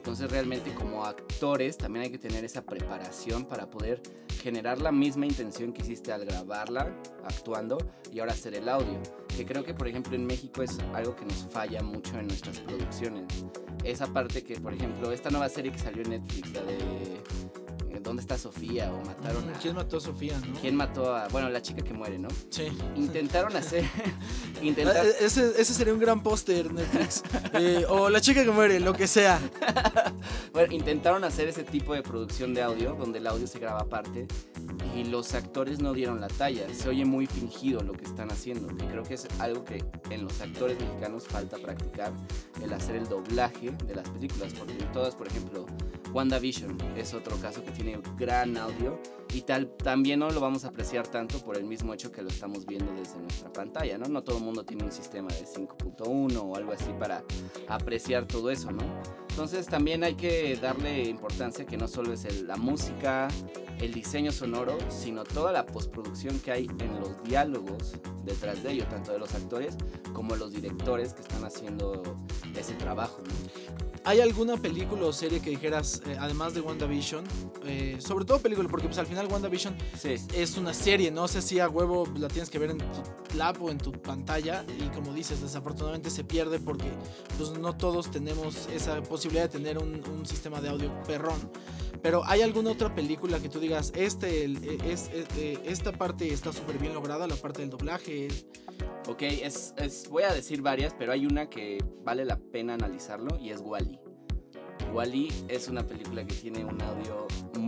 Entonces realmente como actores también hay que tener esa preparación para poder generar la misma intención que hiciste al grabarla, actuando, y ahora hacer el audio. Que creo que por ejemplo en México es algo que nos falla mucho en nuestras producciones. Esa parte que por ejemplo esta nueva serie que salió en Netflix, la de ¿Dónde está Sofía? O mataron a... ¿Quién mató a Sofía, no? ¿Quién mató a...? Bueno, la chica que muere, ¿no? Sí. Intentaron hacer... intentar... ese, ese sería un gran póster, Netflix. eh, o La chica que muere, lo que sea. Bueno, intentaron hacer ese tipo de producción de audio, donde el audio se graba aparte, y los actores no dieron la talla. Se oye muy fingido lo que están haciendo, que creo que es algo que en los actores mexicanos falta practicar, el hacer el doblaje de las películas, porque en todas, por ejemplo... WandaVision es otro caso que tiene gran audio y tal, también no lo vamos a apreciar tanto por el mismo hecho que lo estamos viendo desde nuestra pantalla, ¿no? No todo el mundo tiene un sistema de cinco punto uno o algo así para apreciar todo eso, ¿no? Entonces también hay que darle importancia que no solo es el, la música, el diseño sonoro, sino toda la postproducción que hay en los diálogos detrás de ello, tanto de los actores como los directores que están haciendo ese trabajo, ¿no? ¿Hay alguna película o serie que dijeras, eh, además de WandaVision, eh, sobre todo película, porque pues al final WandaVision sí. es una serie, no sé si a huevo la tienes que ver en tu lap o en tu pantalla, y como dices, desafortunadamente se pierde porque pues no todos tenemos esa posibilidad de tener un, un sistema de audio perrón. Pero ¿hay alguna otra película que tú digas, este, el, es, es, eh, esta parte está súper bien lograda, la parte del doblaje? Ok, es, es, voy a decir varias, pero hay una que vale la pena analizarlo y es WALL-E. WALL-E es una película que tiene un audio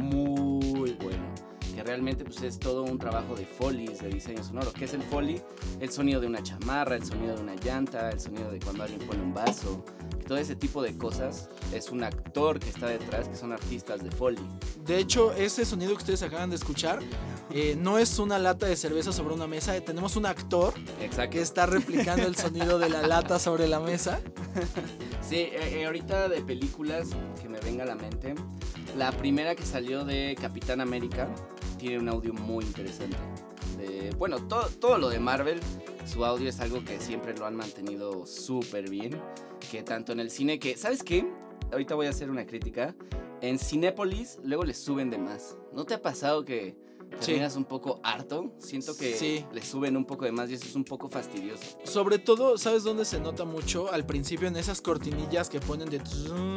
muy bueno, que realmente pues, es todo un trabajo de Foley, de diseño sonoro. ¿Qué es el Foley? El sonido de una chamarra, el sonido de una llanta, el sonido de cuando alguien pone un vaso. Todo ese tipo de cosas es un actor que está detrás, que son artistas de Foley. De hecho, ese sonido que ustedes acaban de escuchar eh, no es una lata de cerveza sobre una mesa. Tenemos un actor Exacto. que está replicando el sonido de la lata sobre la mesa. Sí, eh, eh, ahorita de películas que me venga a la mente, la primera que salió de Capitán América tiene un audio muy interesante. De, bueno, todo, todo lo de Marvel, su audio es algo que siempre lo han mantenido súper bien. Que tanto en el cine que, ¿sabes qué? Ahorita voy a hacer una crítica. En Cinépolis luego le suben de más. ¿No te ha pasado que terminas sí. un poco harto? Siento que sí. le suben un poco de más y eso es un poco fastidioso. Sobre todo, ¿sabes dónde se nota mucho? Al principio en esas cortinillas que ponen de...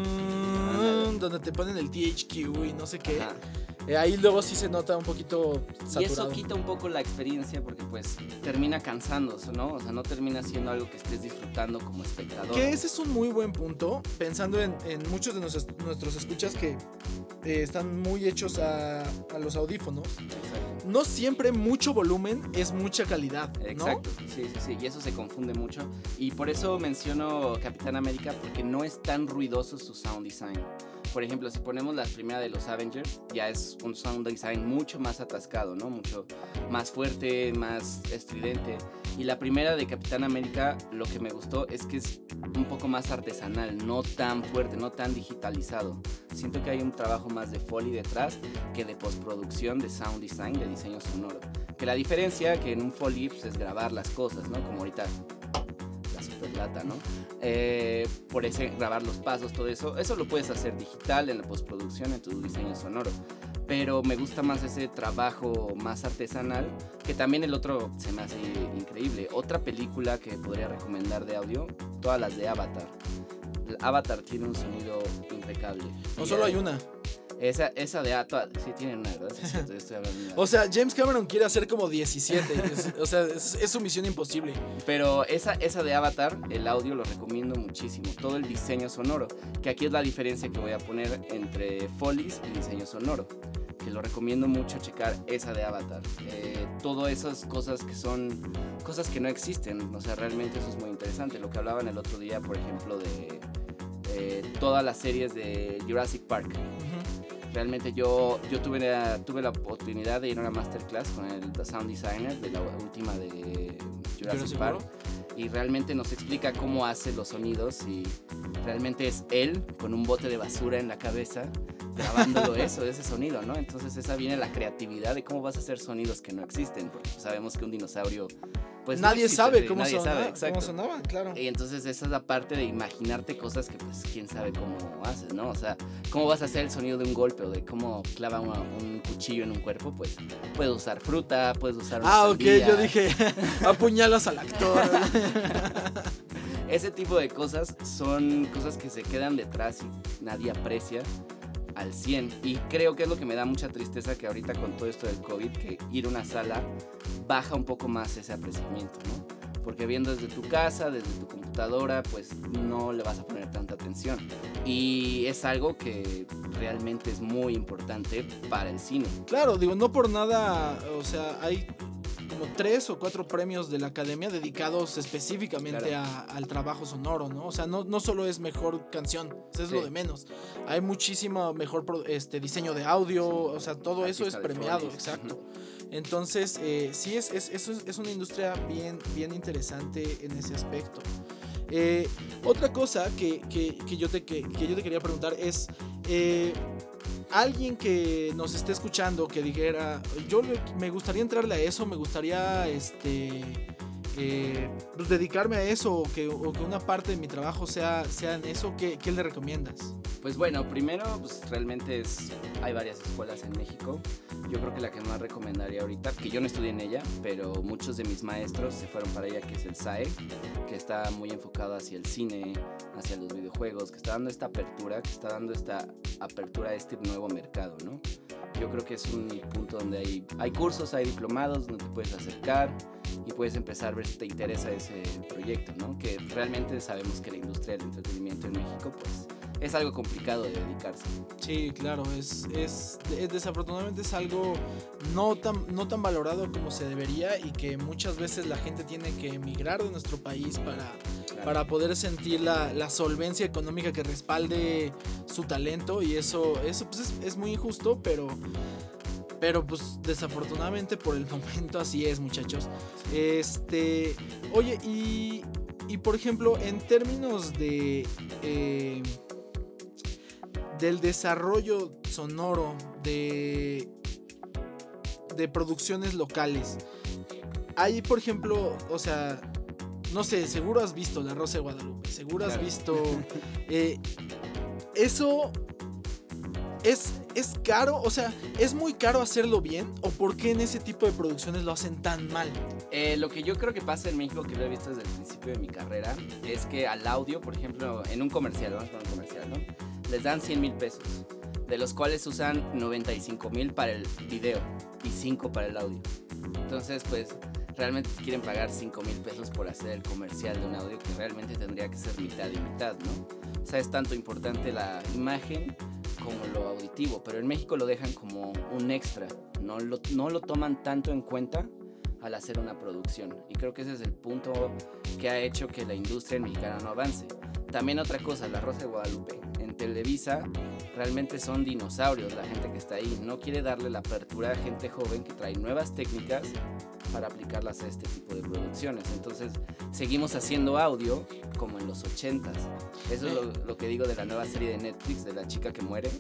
donde te ponen el T H Q y no sé qué. Eh, ahí luego sí se nota un poquito saturado. Y eso quita un poco la experiencia porque pues termina cansándose, ¿no? O sea, no termina siendo algo que estés disfrutando como espectador. Que ese es un muy buen punto, pensando en, en muchos de nuestros, nuestros escuchas que eh, están muy hechos a, a los audífonos. Exacto. No siempre mucho volumen es mucha calidad, ¿no? Exacto, sí, sí, sí, y eso se confunde mucho. Y por eso menciono Capitán América, porque no es tan ruidoso su sound design. Por ejemplo, si ponemos la primera de los Avengers, ya es un sound design mucho más atascado, ¿no? Mucho más fuerte, más estridente. Y la primera de Capitán América, lo que me gustó es que es un poco más artesanal, no tan fuerte, no tan digitalizado. Siento que hay un trabajo más de Foley detrás que de postproducción, de sound design, de diseño sonoro. Que la diferencia que en un Foley pues, es grabar las cosas, ¿no? Como ahorita la superlata, ¿no? Eh, por ese grabar los pasos, todo eso, eso lo puedes hacer digital en la postproducción, en tu diseño sonoro. Pero me gusta más ese trabajo más artesanal, que también el otro se me hace increíble. Otra película que podría recomendar de audio, todas las de Avatar. Avatar tiene un sonido impecable. No solo hay una. Esa, esa de Avatar, sí tiene una, ¿verdad? Sí, sí, estoy hablando. O sea, James Cameron quiere hacer como diecisiete. es, o sea, es, es su misión imposible. Pero esa, esa de Avatar, el audio lo recomiendo muchísimo. Todo el diseño sonoro, que aquí es la diferencia que voy a poner entre Foleys y diseño sonoro. Que lo recomiendo mucho checar esa de Avatar. Eh, todas esas cosas que son cosas que no existen. O sea, realmente eso es muy interesante. Lo que hablaban el otro día, por ejemplo, de eh, todas las series de Jurassic Park. Uh-huh. Realmente yo, yo tuve, la, tuve la oportunidad de ir a una masterclass con el sound designer de la última de Jurassic, Jurassic Park. Y realmente nos explica cómo hace los sonidos y realmente es él con un bote de basura en la cabeza grabándolo eso, ese sonido, ¿no? Entonces esa viene la creatividad de cómo vas a hacer sonidos que no existen, porque sabemos que un dinosaurio pues no nadie existe, sabe sí, cómo, nadie sonaba, sabe, exacto. cómo sonaban, claro. Y entonces esa es la parte de imaginarte cosas que pues quién sabe cómo haces, ¿no? O sea, cómo vas a hacer el sonido de un golpe o de cómo clava una, un cuchillo en un cuerpo, pues puedes usar fruta, puedes usar una Ah, sandía. ok, yo dije, apuñalas al actor. Ese tipo de cosas son cosas que se quedan detrás y nadie aprecia al cien. Y creo que es lo que me da mucha tristeza, que ahorita con todo esto del COVID, que ir a una sala baja un poco más ese apreciamiento, ¿no? Porque viendo desde tu casa, desde tu computadora, pues no le vas a poner tanta atención. Y es algo que realmente es muy importante para el cine. Claro, digo, no por nada, o sea, hay como tres o cuatro premios de la academia dedicados específicamente Claro. a, al trabajo sonoro, ¿no? O sea, no, no solo es mejor canción, eso es Sí. lo de menos. Hay muchísimo mejor pro- este, diseño de audio, Sí. o sea, todo eso es Artista de premiado, Foley. exacto. Entonces, eh, sí, es, es, eso es, es una industria bien, bien interesante en ese aspecto. Eh, otra cosa que, que, que, yo te, que, que yo te quería preguntar es... Eh, alguien que nos esté escuchando que dijera, yo le- me gustaría entrarle a eso, me gustaría este eh, pues dedicarme a eso, o que, o que una parte de mi trabajo sea, sea en eso, ¿qué, qué le recomiendas? Pues bueno, primero, pues realmente es, hay varias escuelas en México. Yo creo que la que más recomendaría ahorita, que yo no estudié en ella, pero muchos de mis maestros se fueron para ella, que es el S A E, que está muy enfocado hacia el cine, hacia los videojuegos, que está dando esta apertura, que está dando esta apertura a este nuevo mercado, ¿no? Yo creo que es un punto donde hay, hay cursos, hay diplomados donde te puedes acercar y puedes empezar a ver si te interesa ese proyecto, ¿no? Que realmente sabemos que la industria del entretenimiento en México, pues, es algo complicado de dedicarse. Sí, claro, es, es, es desafortunadamente es algo no tan, no tan valorado como se debería, y que muchas veces la gente tiene que emigrar de nuestro país para, Claro. para poder sentir la, la solvencia económica que respalde su talento, y eso, eso pues es, es muy injusto, pero, pero pues desafortunadamente por el momento así es, muchachos. Este, oye, y, y por ejemplo, en términos de... Eh, del desarrollo sonoro de, de producciones locales. Hay, por ejemplo, o sea, no sé, seguro has visto La Rosa de Guadalupe, seguro has Claro. visto... eh, eso es, es caro, o sea, ¿es muy caro hacerlo bien? ¿O por qué en ese tipo de producciones lo hacen tan mal? Eh, lo que yo creo que pasa en México, que lo he visto desde el principio de mi carrera, es que al audio, por ejemplo, en un comercial, vamos a poner un comercial, ¿no? Les dan cien mil pesos, de los cuales usan noventa y cinco mil para el video y cinco para el audio. Entonces, pues, realmente quieren pagar cinco mil pesos por hacer el comercial de un audio que realmente tendría que ser mitad y mitad, ¿no? O sea, es tanto importante la imagen como lo auditivo, pero en México lo dejan como un extra, no lo, no lo toman tanto en cuenta al hacer una producción, y creo que ese es el punto que ha hecho que la industria mexicana no avance. También otra cosa, La Rosa de Guadalupe, en Televisa realmente son dinosaurios la gente que está ahí, no quiere darle la apertura a gente joven que trae nuevas técnicas para aplicarlas a este tipo de producciones. Entonces seguimos haciendo audio como en los ochentas. Eso es lo, lo que digo de la nueva serie de Netflix, de la chica que muere.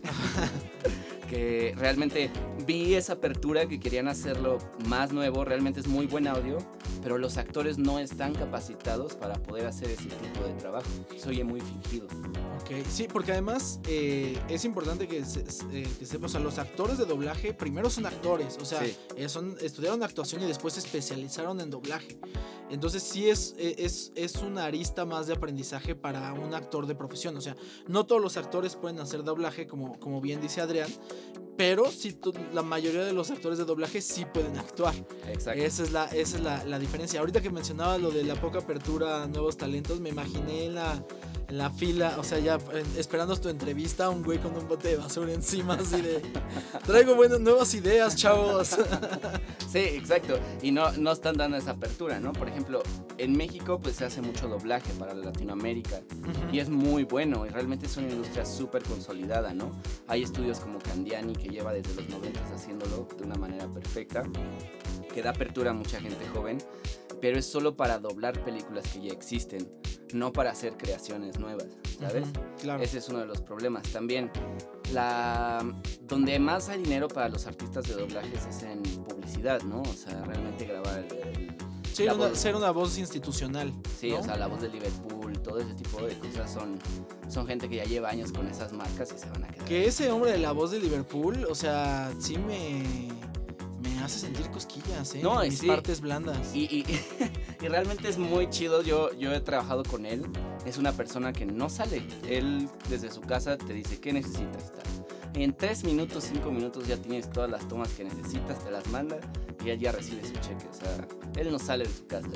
Que realmente vi esa apertura, que querían hacerlo más nuevo, realmente es muy buen audio, pero los actores no están capacitados para poder hacer ese tipo de trabajo. Se oye muy fingido. Ok, sí, porque además eh, es importante que, se, eh, que sepas, o sea, los actores de doblaje primero son actores, o sea, Sí. eh, son, estudiaron actuación y después se especializaron en doblaje. Entonces sí es, eh, es, es una arista más de aprendizaje para un actor de profesión. O sea, no todos los actores pueden hacer doblaje, como, como bien dice Adrián, pero sí, to- la mayoría de los actores de doblaje sí pueden actuar. Exacto. Esa es, la, esa es la, la diferencia. Ahorita que mencionaba lo de la poca apertura a nuevos talentos, me imaginé en la, en la fila, o sea, ya eh, esperando tu entrevista, un güey con un bote de basura encima, así de, traigo buenas nuevas ideas, chavos. Sí, exacto. Y no, no están dando esa apertura, ¿no? Por ejemplo, en México pues se hace mucho doblaje para Latinoamérica y es muy bueno, y realmente es una industria súper consolidada, ¿no? Hay estudios como Candiani, que lleva desde los noventas haciéndolo de una manera perfecta, que da apertura a mucha gente joven, pero es solo para doblar películas que ya existen, no para hacer creaciones nuevas, ¿sabes? Ujú, claro. Ese es uno de los problemas. También, la, donde más hay dinero para los artistas de doblajes es en publicidad, ¿no? O sea, realmente grabar el, el Sí, una, ser una voz institucional. Sí, ¿no? O sea, la voz de Liverpool, todo ese tipo de cosas son, son gente que ya lleva años con esas marcas y se van a quedar. Que ese hombre de la voz de Liverpool, o sea, sí me, me hace sentir cosquillas, ¿eh? No, mis sí. partes blandas. Y, y, y realmente es muy chido, yo, yo he trabajado con él, es una persona que no sale, él desde su casa te dice, ¿qué necesitas? En tres minutos, cinco minutos ya tienes todas las tomas que necesitas, te las manda y él ya recibe su cheque, o sea, él no sale de su casa.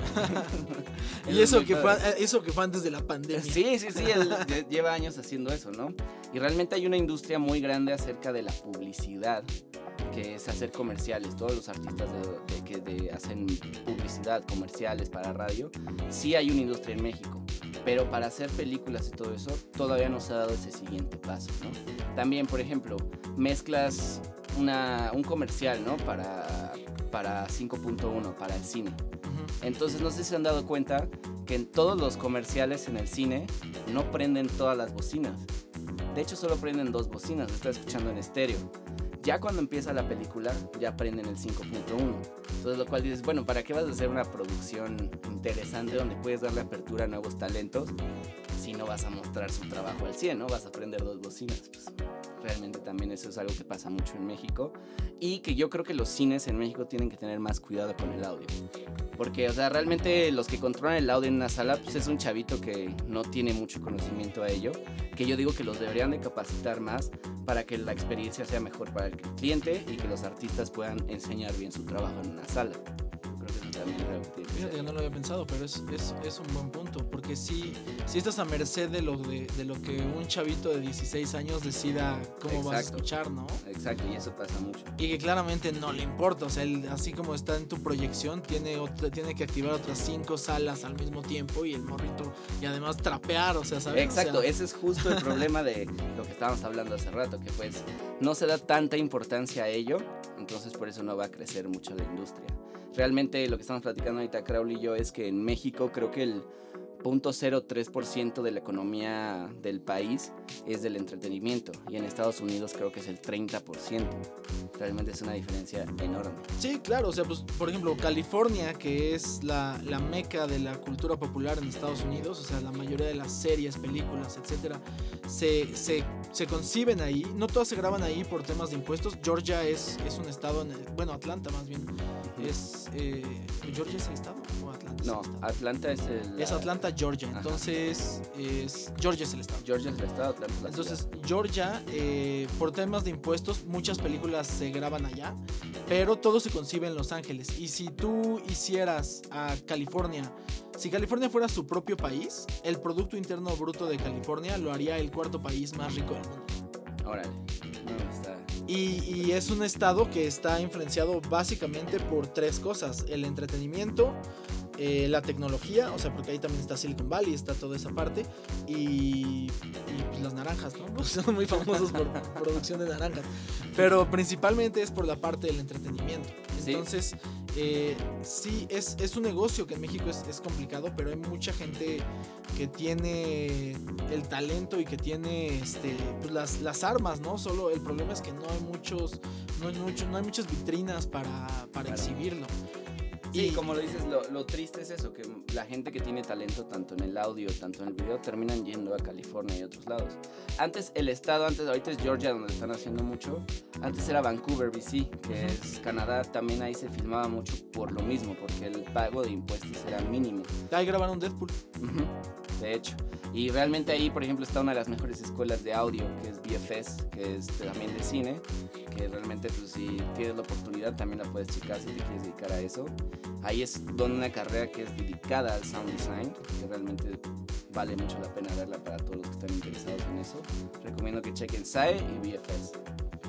Y eso que, fue, eso que fue antes de la pandemia. Sí, sí, sí, él lleva años haciendo eso, ¿no? Y realmente hay una industria muy grande acerca de la publicidad, que es hacer comerciales. Todos los artistas de, de, que de, hacen publicidad, comerciales para radio, sí hay una industria en México. Pero para hacer películas y todo eso, todavía no se ha dado ese siguiente paso, ¿no? También, por ejemplo, mezclas una, un comercial, ¿no? Para, para cinco punto uno, para el cine. Entonces, no sé si se han dado cuenta que en todos los comerciales en el cine no prenden todas las bocinas. De hecho, solo prenden dos bocinas, está escuchando en estéreo. Ya cuando empieza la película, ya prenden el cinco punto uno. Entonces, lo cual dices, bueno, ¿para qué vas a hacer una producción interesante donde puedes darle apertura a nuevos talentos si no vas a mostrar su trabajo al cien, ¿no? Vas a prender dos bocinas. Pues realmente también eso es algo que pasa mucho en México y que yo creo que los cines en México tienen que tener más cuidado con el audio. Porque, o sea, realmente los que controlan el audio en una sala, pues es un chavito que no tiene mucho conocimiento a ello, que yo digo que los deberían de capacitar más para que la experiencia sea mejor para el cliente y que los artistas puedan enseñar bien su trabajo en una sala. Yo creo que eso también es algo que tiene que Fíjate ser. que no lo había pensado, pero es, es, es un buen punto, porque sí, sí estás a merced de lo, de, de lo que un chavito de dieciséis años decida cómo Exacto. vas a escuchar, ¿no? Exacto, y eso pasa mucho. Y que claramente no le importa, o sea, él, así como está en tu proyección, tiene, otra, tiene que activar otras cinco salas al mismo tiempo y el morrito, y además trapear, o sea, ¿sabes? Exacto, o sea, ese es justo el problema de lo que estábamos hablando hace rato, que pues no se da tanta importancia a ello, entonces por eso no va a crecer mucho la industria. Realmente lo que estamos platicando ahorita Crowley y yo es que en México creo que el cero punto cero tres por ciento de la economía del país es del entretenimiento y en Estados Unidos creo que es el treinta por ciento. Realmente es una diferencia enorme. Sí, claro, o sea, pues, por ejemplo, California, que es la, la meca de la cultura popular en Estados Unidos, o sea, la mayoría de las series, películas, etcétera, se, se, se conciben ahí, no todas se graban ahí por temas de impuestos. Georgia es, es un estado, en el, bueno, Atlanta más bien, es, eh, ¿Georgia es el estado o Atlanta es No, el estado? Atlanta es el... Es Atlanta, Georgia, Ajá. entonces es, Georgia es el estado. Georgia es el estado, Atlanta es la Entonces, ciudad. Georgia, eh, por temas de impuestos, muchas películas se graban allá, pero todo se concibe en Los Ángeles. Y si tú hicieras a California, si California fuera su propio país, el Producto Interno Bruto de California lo haría el cuarto país más rico del mundo. Órale, no, está... Y, y es un estado que está influenciado básicamente por tres cosas: el entretenimiento, eh, la tecnología, o sea, porque ahí también está Silicon Valley, está toda esa parte, y, y pues las naranjas, ¿no? Pues son muy famosos por producción de naranjas, pero principalmente es por la parte del entretenimiento. Entonces, eh, sí, es, es un negocio que en México es, es complicado, pero hay mucha gente que tiene el talento y que tiene este, pues las, las armas, ¿no? Solo el problema es que no hay muchos, no hay, mucho, no hay muchas vitrinas para, para Claro. exhibirlo. Sí, Y- como lo dices, lo, lo triste es eso, que la gente que tiene talento tanto en el audio, tanto en el video, terminan yendo a California y otros lados. Antes el estado, antes ahorita es Georgia donde están haciendo mucho, antes era Vancouver, B C, que es Canadá, también ahí se filmaba mucho por lo mismo, porque el pago de impuestos era mínimo. Ahí grabaron Deadpool. Ujú, de hecho. Y realmente ahí, por ejemplo, está una de las mejores escuelas de audio, que es B F S, que es también de cine, que realmente pues si tienes la oportunidad también la puedes checar si te quieres dedicar a eso. Ahí es donde una carrera que es dedicada al sound design, que realmente vale mucho la pena verla para todos los que están interesados en eso. Recomiendo que chequen S A E y B F S.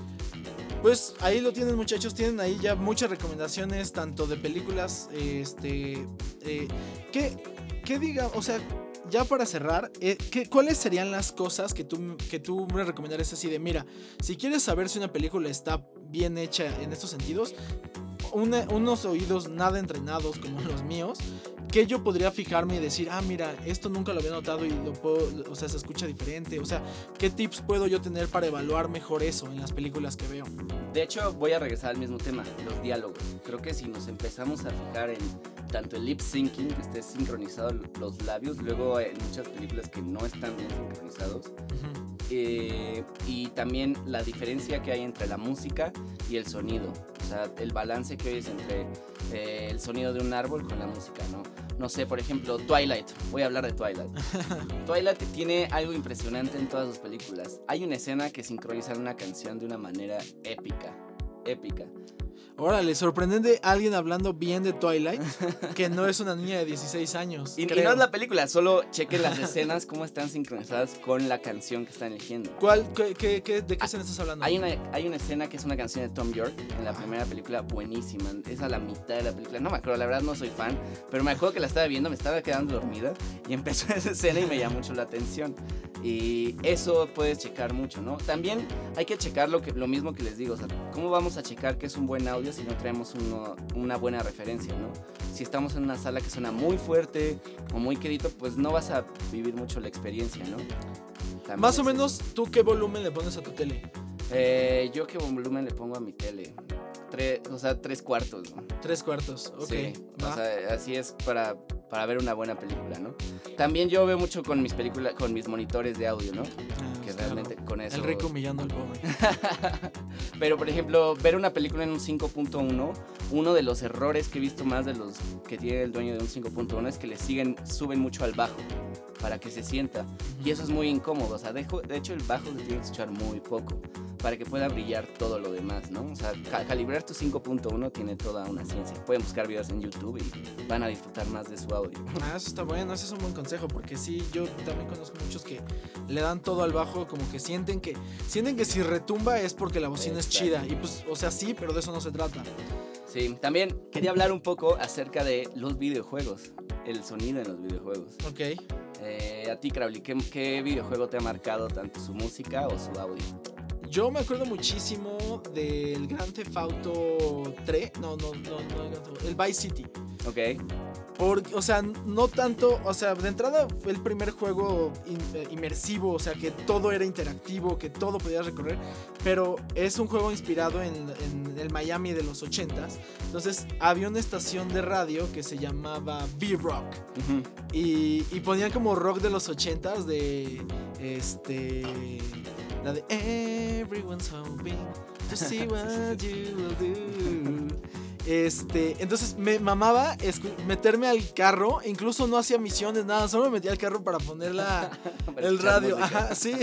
Pues ahí lo tienen, muchachos, tienen ahí ya muchas recomendaciones, tanto de películas, este, eh, que, que diga, o sea, ya para cerrar, eh, ¿qué, ¿cuáles serían las cosas que tú, que tú me recomendarías así de, mira, si quieres saber si una película está bien hecha en estos sentidos, una, unos oídos nada entrenados como los míos, qué yo podría fijarme y decir, ah, mira, esto nunca lo había notado y lo puedo, o sea, se escucha diferente? O sea, ¿qué tips puedo yo tener para evaluar mejor eso en las películas que veo? De hecho, voy a regresar al mismo tema, los diálogos. Creo que si nos empezamos a fijar en tanto el lip syncing, que esté sincronizado los labios, luego en muchas películas que no están bien sincronizados, uh-huh. eh, y también la diferencia que hay entre la música y el sonido, o sea, el balance que oyes entre eh, el sonido de un árbol con la música, ¿no? No sé, por ejemplo, Twilight, voy a hablar de Twilight. Twilight tiene algo impresionante en todas sus películas. Hay una escena que sincroniza una canción de una manera épica, épica. Órale, sorprendente alguien hablando bien de Twilight, que no es una niña de dieciséis años. Y, y no es la película, solo chequen las escenas, cómo están sincronizadas con la canción que están eligiendo. ¿Cuál? ¿Qué, qué, qué, ¿De qué escena estás hablando? Hay una, hay una escena que es una canción de Tom York en la ah. primera película, buenísima. Es a la mitad de la película. No me acuerdo, la verdad no soy fan, pero me acuerdo que la estaba viendo, me estaba quedando dormida y empezó esa escena y me llamó mucho la atención. Y eso puedes checar mucho, ¿no? También hay que checar lo, que, lo mismo que les digo, o sea, ¿cómo vamos a checar que es un buen audio si no traemos uno, una buena referencia, ¿no? Si estamos en una sala que suena muy fuerte o muy quedito, pues no vas a vivir mucho la experiencia, ¿no? También Más o menos, ¿tú qué volumen le pones a tu tele? Eh, yo qué volumen le pongo a mi tele. Tres, o sea, tres cuartos, ¿no? Tres cuartos, ok. Sí, o sea, así es para, para ver una buena película, ¿no? También yo veo mucho con mis películas, con mis monitores de audio, ¿no? Ah, que claro. Realmente con eso... El rico humillando al pobre. Pero, por ejemplo, ver una película en un cinco punto uno, uno de los errores que he visto más de los que tiene el dueño de un cinco punto uno es que le siguen, suben mucho al bajo para que se sienta. Y eso es muy incómodo, o sea, de, de hecho el bajo se tiene que escuchar muy poco para que pueda brillar todo lo demás, ¿no? O sea, ca- calibrar tu cinco punto uno tiene toda una ciencia. Pueden buscar videos en YouTube y van a disfrutar más de su audio. Ah, eso está bueno, ese es un buen consejo, porque sí, yo también conozco muchos que le dan todo al bajo, como que sienten que sienten que si retumba es porque la bocina Exacto. es chida. Y pues, o sea, sí, pero de eso no se trata. Sí, también quería hablar un poco acerca de los videojuegos, el sonido en los videojuegos. Ok. Eh, a ti, Crowley, ¿qué, ¿qué videojuego te ha marcado tanto su música o su audio? Yo me acuerdo muchísimo del Grand Theft Auto tres, no, no, no, no, el Vice City. Ok. Porque, o sea, no tanto, o sea, de entrada fue el primer juego in, eh, inmersivo, o sea, que todo era interactivo, que todo podías recorrer, pero es un juego inspirado en, en el Miami de los ochentas. Entonces había una estación de radio que se llamaba V-Rock, uh-huh. y, y ponían como rock de los ochentas de, este, la de Everyone's hoping to see what you will do. Este, entonces me mamaba escu- meterme al carro, incluso no hacía misiones, nada, solo me metía al carro para poner la, para el radio. Ajá, sí.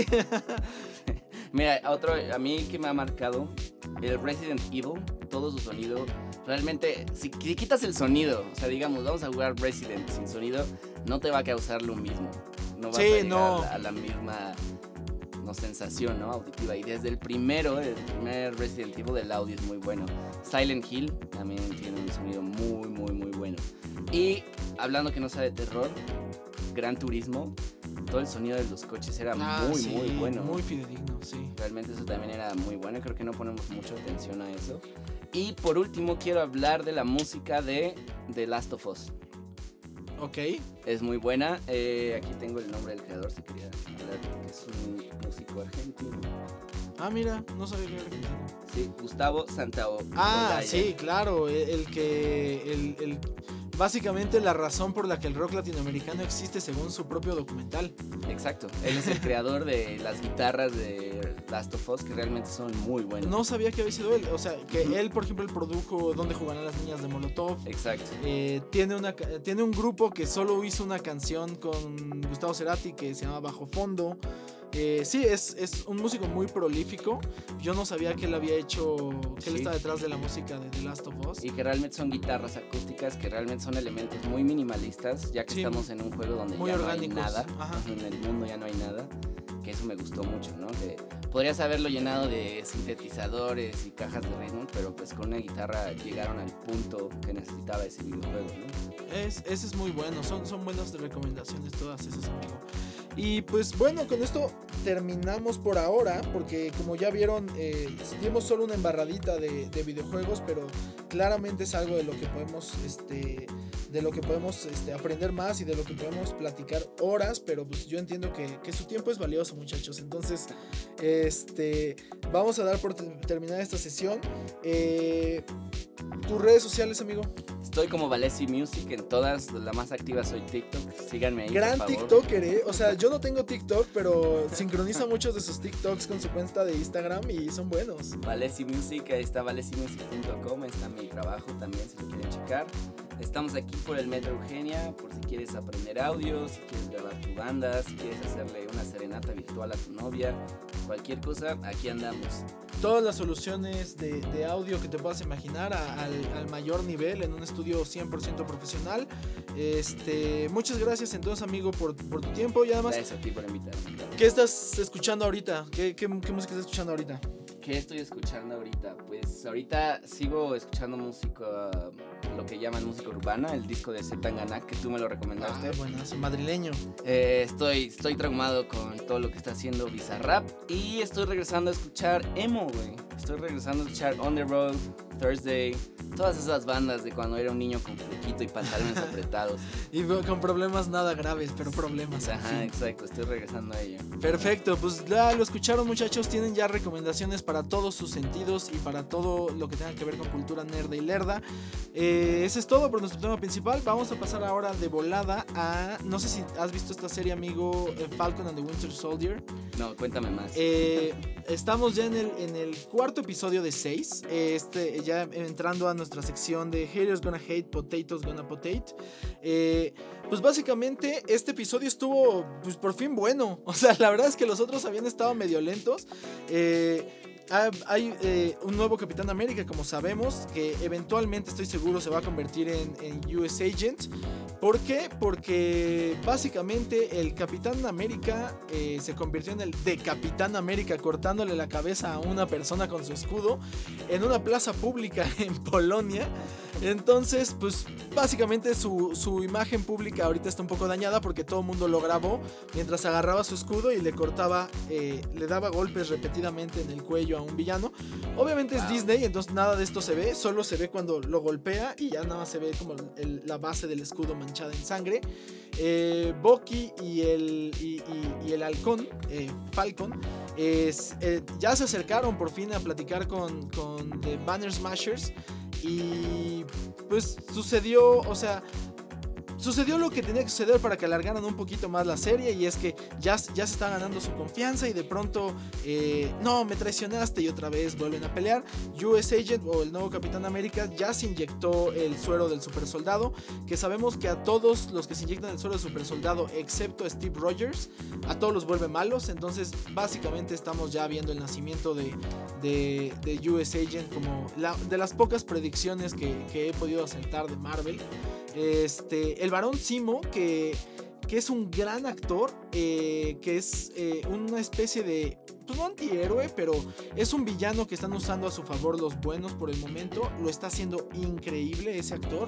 Mira, otro, a mí que me ha marcado, el Resident Evil, todo su sonido, realmente, si, si quitas el sonido, o sea, digamos, vamos a jugar Resident sin sonido, no te va a causar lo mismo. No vas sí, a llegar no. a, la, a la misma... No, sensación, ¿no? Auditiva. Y desde el primero, el primer Resident Evil, el audio es muy bueno. Silent Hill también tiene un sonido muy, muy, muy bueno. Y hablando que no sea de terror, Gran Turismo, todo el sonido de los coches era ah, muy, sí, muy bueno. Muy fidedigno, sí. Realmente eso también era muy bueno. Creo que no ponemos mucha atención a eso. Y por último, quiero hablar de la música de The Last of Us. Ok. Es muy buena. Eh, aquí tengo el nombre del creador, si quería hablar, que es un músico argentino. Ah, mira, no sabía que era argentino. Sí, Gustavo Santaolalla. Ah, sí, claro, el, el que... El, el, básicamente la razón por la que el rock latinoamericano existe según su propio documental. Exacto, él es el creador de las guitarras de Last of Us, que realmente son muy buenas. No sabía que había sido él, o sea, que uh-huh. él, por ejemplo, él produjo Donde jugarán las niñas de Molotov. Exacto. Eh, tiene, una, tiene un grupo que solo hizo una canción con Gustavo Cerati que se llama Bajo Fondo. Eh, sí, es, es un músico muy prolífico. Yo no sabía que él había hecho, que sí. él está detrás de la música de The Last of Us. Y que realmente son guitarras acústicas, que realmente son elementos muy minimalistas, ya que sí, estamos en un juego donde ya orgánicos. No hay nada. Ajá. En el mundo ya no hay nada. Que eso me gustó mucho, ¿no? Que podrías haberlo llenado de sintetizadores y cajas de ritmo, pero pues con una guitarra llegaron al punto que necesitaba ese videojuego, ¿no? Es, ese es muy bueno, son, son buenas recomendaciones todas esas, amigo. Y pues bueno, con esto terminamos por ahora, porque como ya vieron, eh, dimos solo una embarradita de, de videojuegos, pero claramente es algo de lo que podemos, este, de lo que podemos este, aprender más y de lo que podemos platicar horas, pero pues yo entiendo que, que su tiempo es valioso, muchachos. Entonces, este, vamos a dar por t- terminar esta sesión. Eh, ¿Tus redes sociales, amigo? Estoy como Valesi Music en todas, la más activa soy TikTok, síganme ahí, Gran por favor. TikToker, ¿eh? O sea, yo no tengo TikTok, pero sincroniza muchos de sus TikToks con su cuenta de Instagram y son buenos. Valesi Music, ahí está valesi music punto com, está mi trabajo también si lo quieren checar. Estamos aquí por el Metro Eugenia, por si quieres aprender audio, si quieres grabar tu banda, si quieres hacerle una serenata virtual a tu novia, cualquier cosa, aquí andamos. Todas las soluciones de, de audio que te puedas imaginar a, al, al mayor nivel en un estudio cien por ciento profesional. Este, muchas gracias entonces, amigo, por, por tu tiempo y además... Gracias a ti por invitarme. ¿Qué estás escuchando ahorita? ¿Qué, qué, qué música estás escuchando ahorita? ¿Qué estoy escuchando ahorita? Pues ahorita sigo escuchando música, lo que llaman música urbana, el disco de Zetangana, que tú me lo recomendaste. Ah, buenazo, madrileño. Eh, estoy, estoy traumado con todo lo que está haciendo Bizarrap y estoy regresando a escuchar emo, güey. Estoy regresando a escuchar On The Road, Thursday, todas esas bandas de cuando era un niño con flequito y pantalones apretados. Y con problemas nada graves, pero problemas. Ajá, en fin. exacto, estoy regresando a ello. Perfecto, pues ya lo escucharon, muchachos, tienen ya recomendaciones para todos sus sentidos y para todo lo que tenga que ver con cultura nerda y lerda. Eh, ese es todo por nuestro tema principal. Vamos a pasar ahora de volada a, no sé si has visto esta serie, amigo, eh, Falcon and the Winter Soldier. No, cuéntame más. Eh, estamos ya en el, en el cuarto episodio de seis, este, ya entrando a nuestra sección de Haters Gonna Hate, Potatoes Gonna Potate. Eh, pues básicamente este episodio estuvo pues por fin bueno. O sea, la verdad es que los otros habían estado medio lentos. Eh... Hay eh, un nuevo Capitán América, como sabemos, que eventualmente estoy seguro se va a convertir en, en U S Agent. ¿Por qué? Porque básicamente el Capitán América eh, se convirtió en el de Capitán América, cortándole la cabeza a una persona con su escudo en una plaza pública en Polonia. Entonces, pues básicamente su, su imagen pública ahorita está un poco dañada porque todo el mundo lo grabó mientras agarraba su escudo y le cortaba, eh, le daba golpes repetidamente en el cuello a un villano. Obviamente es Wow. Disney, entonces nada de esto se ve, solo se ve cuando lo golpea y ya nada más se ve como el, la base del escudo manchada en sangre. Eh, Bucky y el, y, y, y el halcón, eh, Falcon, es, eh, ya se acercaron por fin a platicar con, con The Banner Smashers. Y pues sucedió, o sea, sucedió lo que tenía que suceder para que alargaran un poquito más la serie. Y es que ya, ya se está ganando su confianza y de pronto, eh, no, me traicionaste y otra vez vuelven a pelear. U S Agent o el nuevo Capitán América ya se inyectó el suero del super soldado, que sabemos que a todos los que se inyectan el suero del super soldado, excepto a Steve Rogers, a todos los vuelve malos. Entonces básicamente estamos ya viendo el nacimiento de, de, de U S Agent como la, de las pocas predicciones que, que he podido acertar de Marvel. Este, el Barón Zemo, que, que es un gran actor, eh, que es eh, una especie de, pues no antihéroe, pero es un villano que están usando a su favor los buenos por el momento. Lo está haciendo increíble ese actor.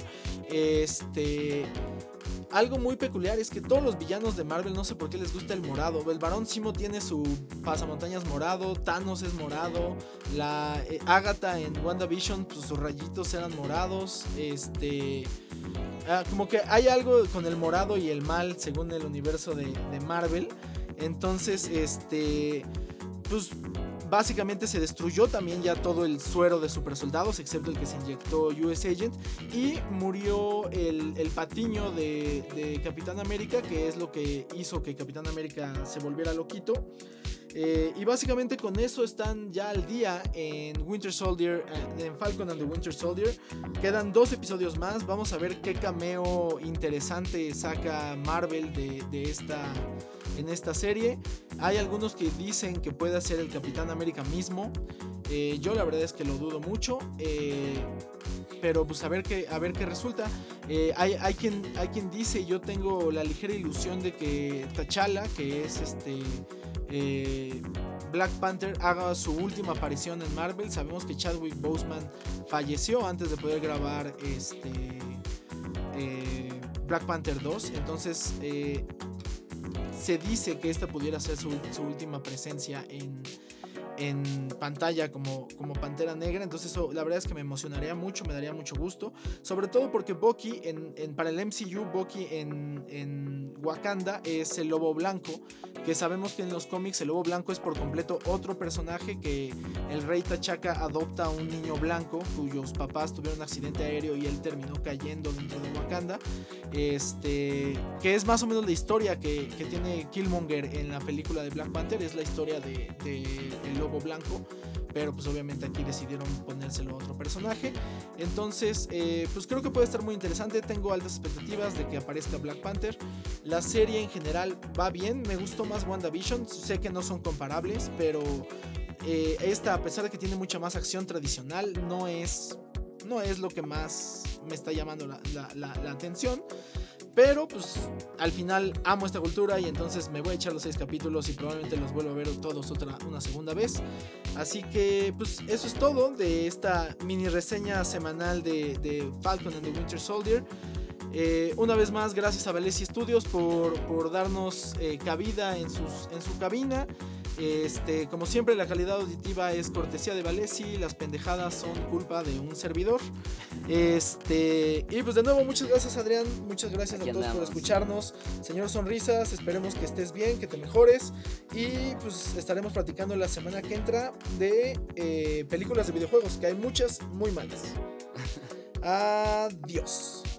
Este... Algo muy peculiar es que todos los villanos de Marvel, no sé por qué les gusta el morado. El Barón Zemo tiene su pasamontañas morado, Thanos es morado, la eh, Agatha en WandaVision, pues sus rayitos eran morados. Este, ah, como que hay algo con el morado y el mal según el universo de, de Marvel. Entonces, este, pues básicamente se destruyó también ya todo el suero de super soldados, excepto el que se inyectó U S Agent, y murió el, el patiño de, de Capitán América, que es lo que hizo que Capitán América se volviera loquito. Eh, y básicamente con eso están ya al día en Winter Soldier, en Falcon and the Winter Soldier. Quedan dos episodios más. Vamos a ver qué cameo interesante saca Marvel de, de esta, en esta serie. Hay algunos que dicen que puede ser el Capitán América mismo. Eh, yo la verdad es que lo dudo mucho. Eh, pero pues a ver qué, a ver qué resulta. Eh, hay, hay, quien, hay quien dice, yo tengo la ligera ilusión de que T'Challa, que es este... Eh, Black Panther, haga su última aparición en Marvel. Sabemos que Chadwick Boseman falleció antes de poder grabar este eh, Black Panther dos. Entonces eh, se dice que esta pudiera ser su, su última presencia en, en pantalla como, como Pantera Negra. Entonces eso la verdad es que me emocionaría mucho, me daría mucho gusto, sobre todo porque Bucky en, en, para el M C U, Bucky en, en Wakanda es el Lobo Blanco, que sabemos que en los cómics el Lobo Blanco es por completo otro personaje, que el rey T'Chaka adopta a un niño blanco cuyos papás tuvieron un accidente aéreo y él terminó cayendo dentro de Wakanda, este, que es más o menos la historia que, que tiene Killmonger en la película de Black Panther, es la historia de, de el Lobo Blanco, pero pues obviamente aquí decidieron ponérselo a otro personaje. Entonces eh, pues creo que puede estar muy interesante. Tengo altas expectativas de que aparezca Black Panther. La serie en general va bien, me gustó más WandaVision. Sé que no son comparables, pero eh, esta, a pesar de que tiene mucha más acción tradicional, no es, no es lo que más me está llamando la, la, la, la atención. Pero pues al final amo esta cultura y entonces me voy a echar los seis capítulos y probablemente los vuelvo a ver todos otra, una segunda vez. Así que pues eso es todo de esta mini reseña semanal de, de Falcon and the Winter Soldier. Eh, una vez más, gracias a Valesi Studios por, por darnos eh, cabida en, sus, en su cabina. Este, como siempre, la calidad auditiva es cortesía de Valesi, las pendejadas son culpa de un servidor. Este, y pues de nuevo, muchas gracias, Adrián, muchas gracias Aquí a todos andamos. por escucharnos. Señor Sonrisas, esperemos que estés bien, que te mejores. Y pues estaremos platicando la semana que entra de eh, películas de videojuegos, que hay muchas muy malas. Adiós.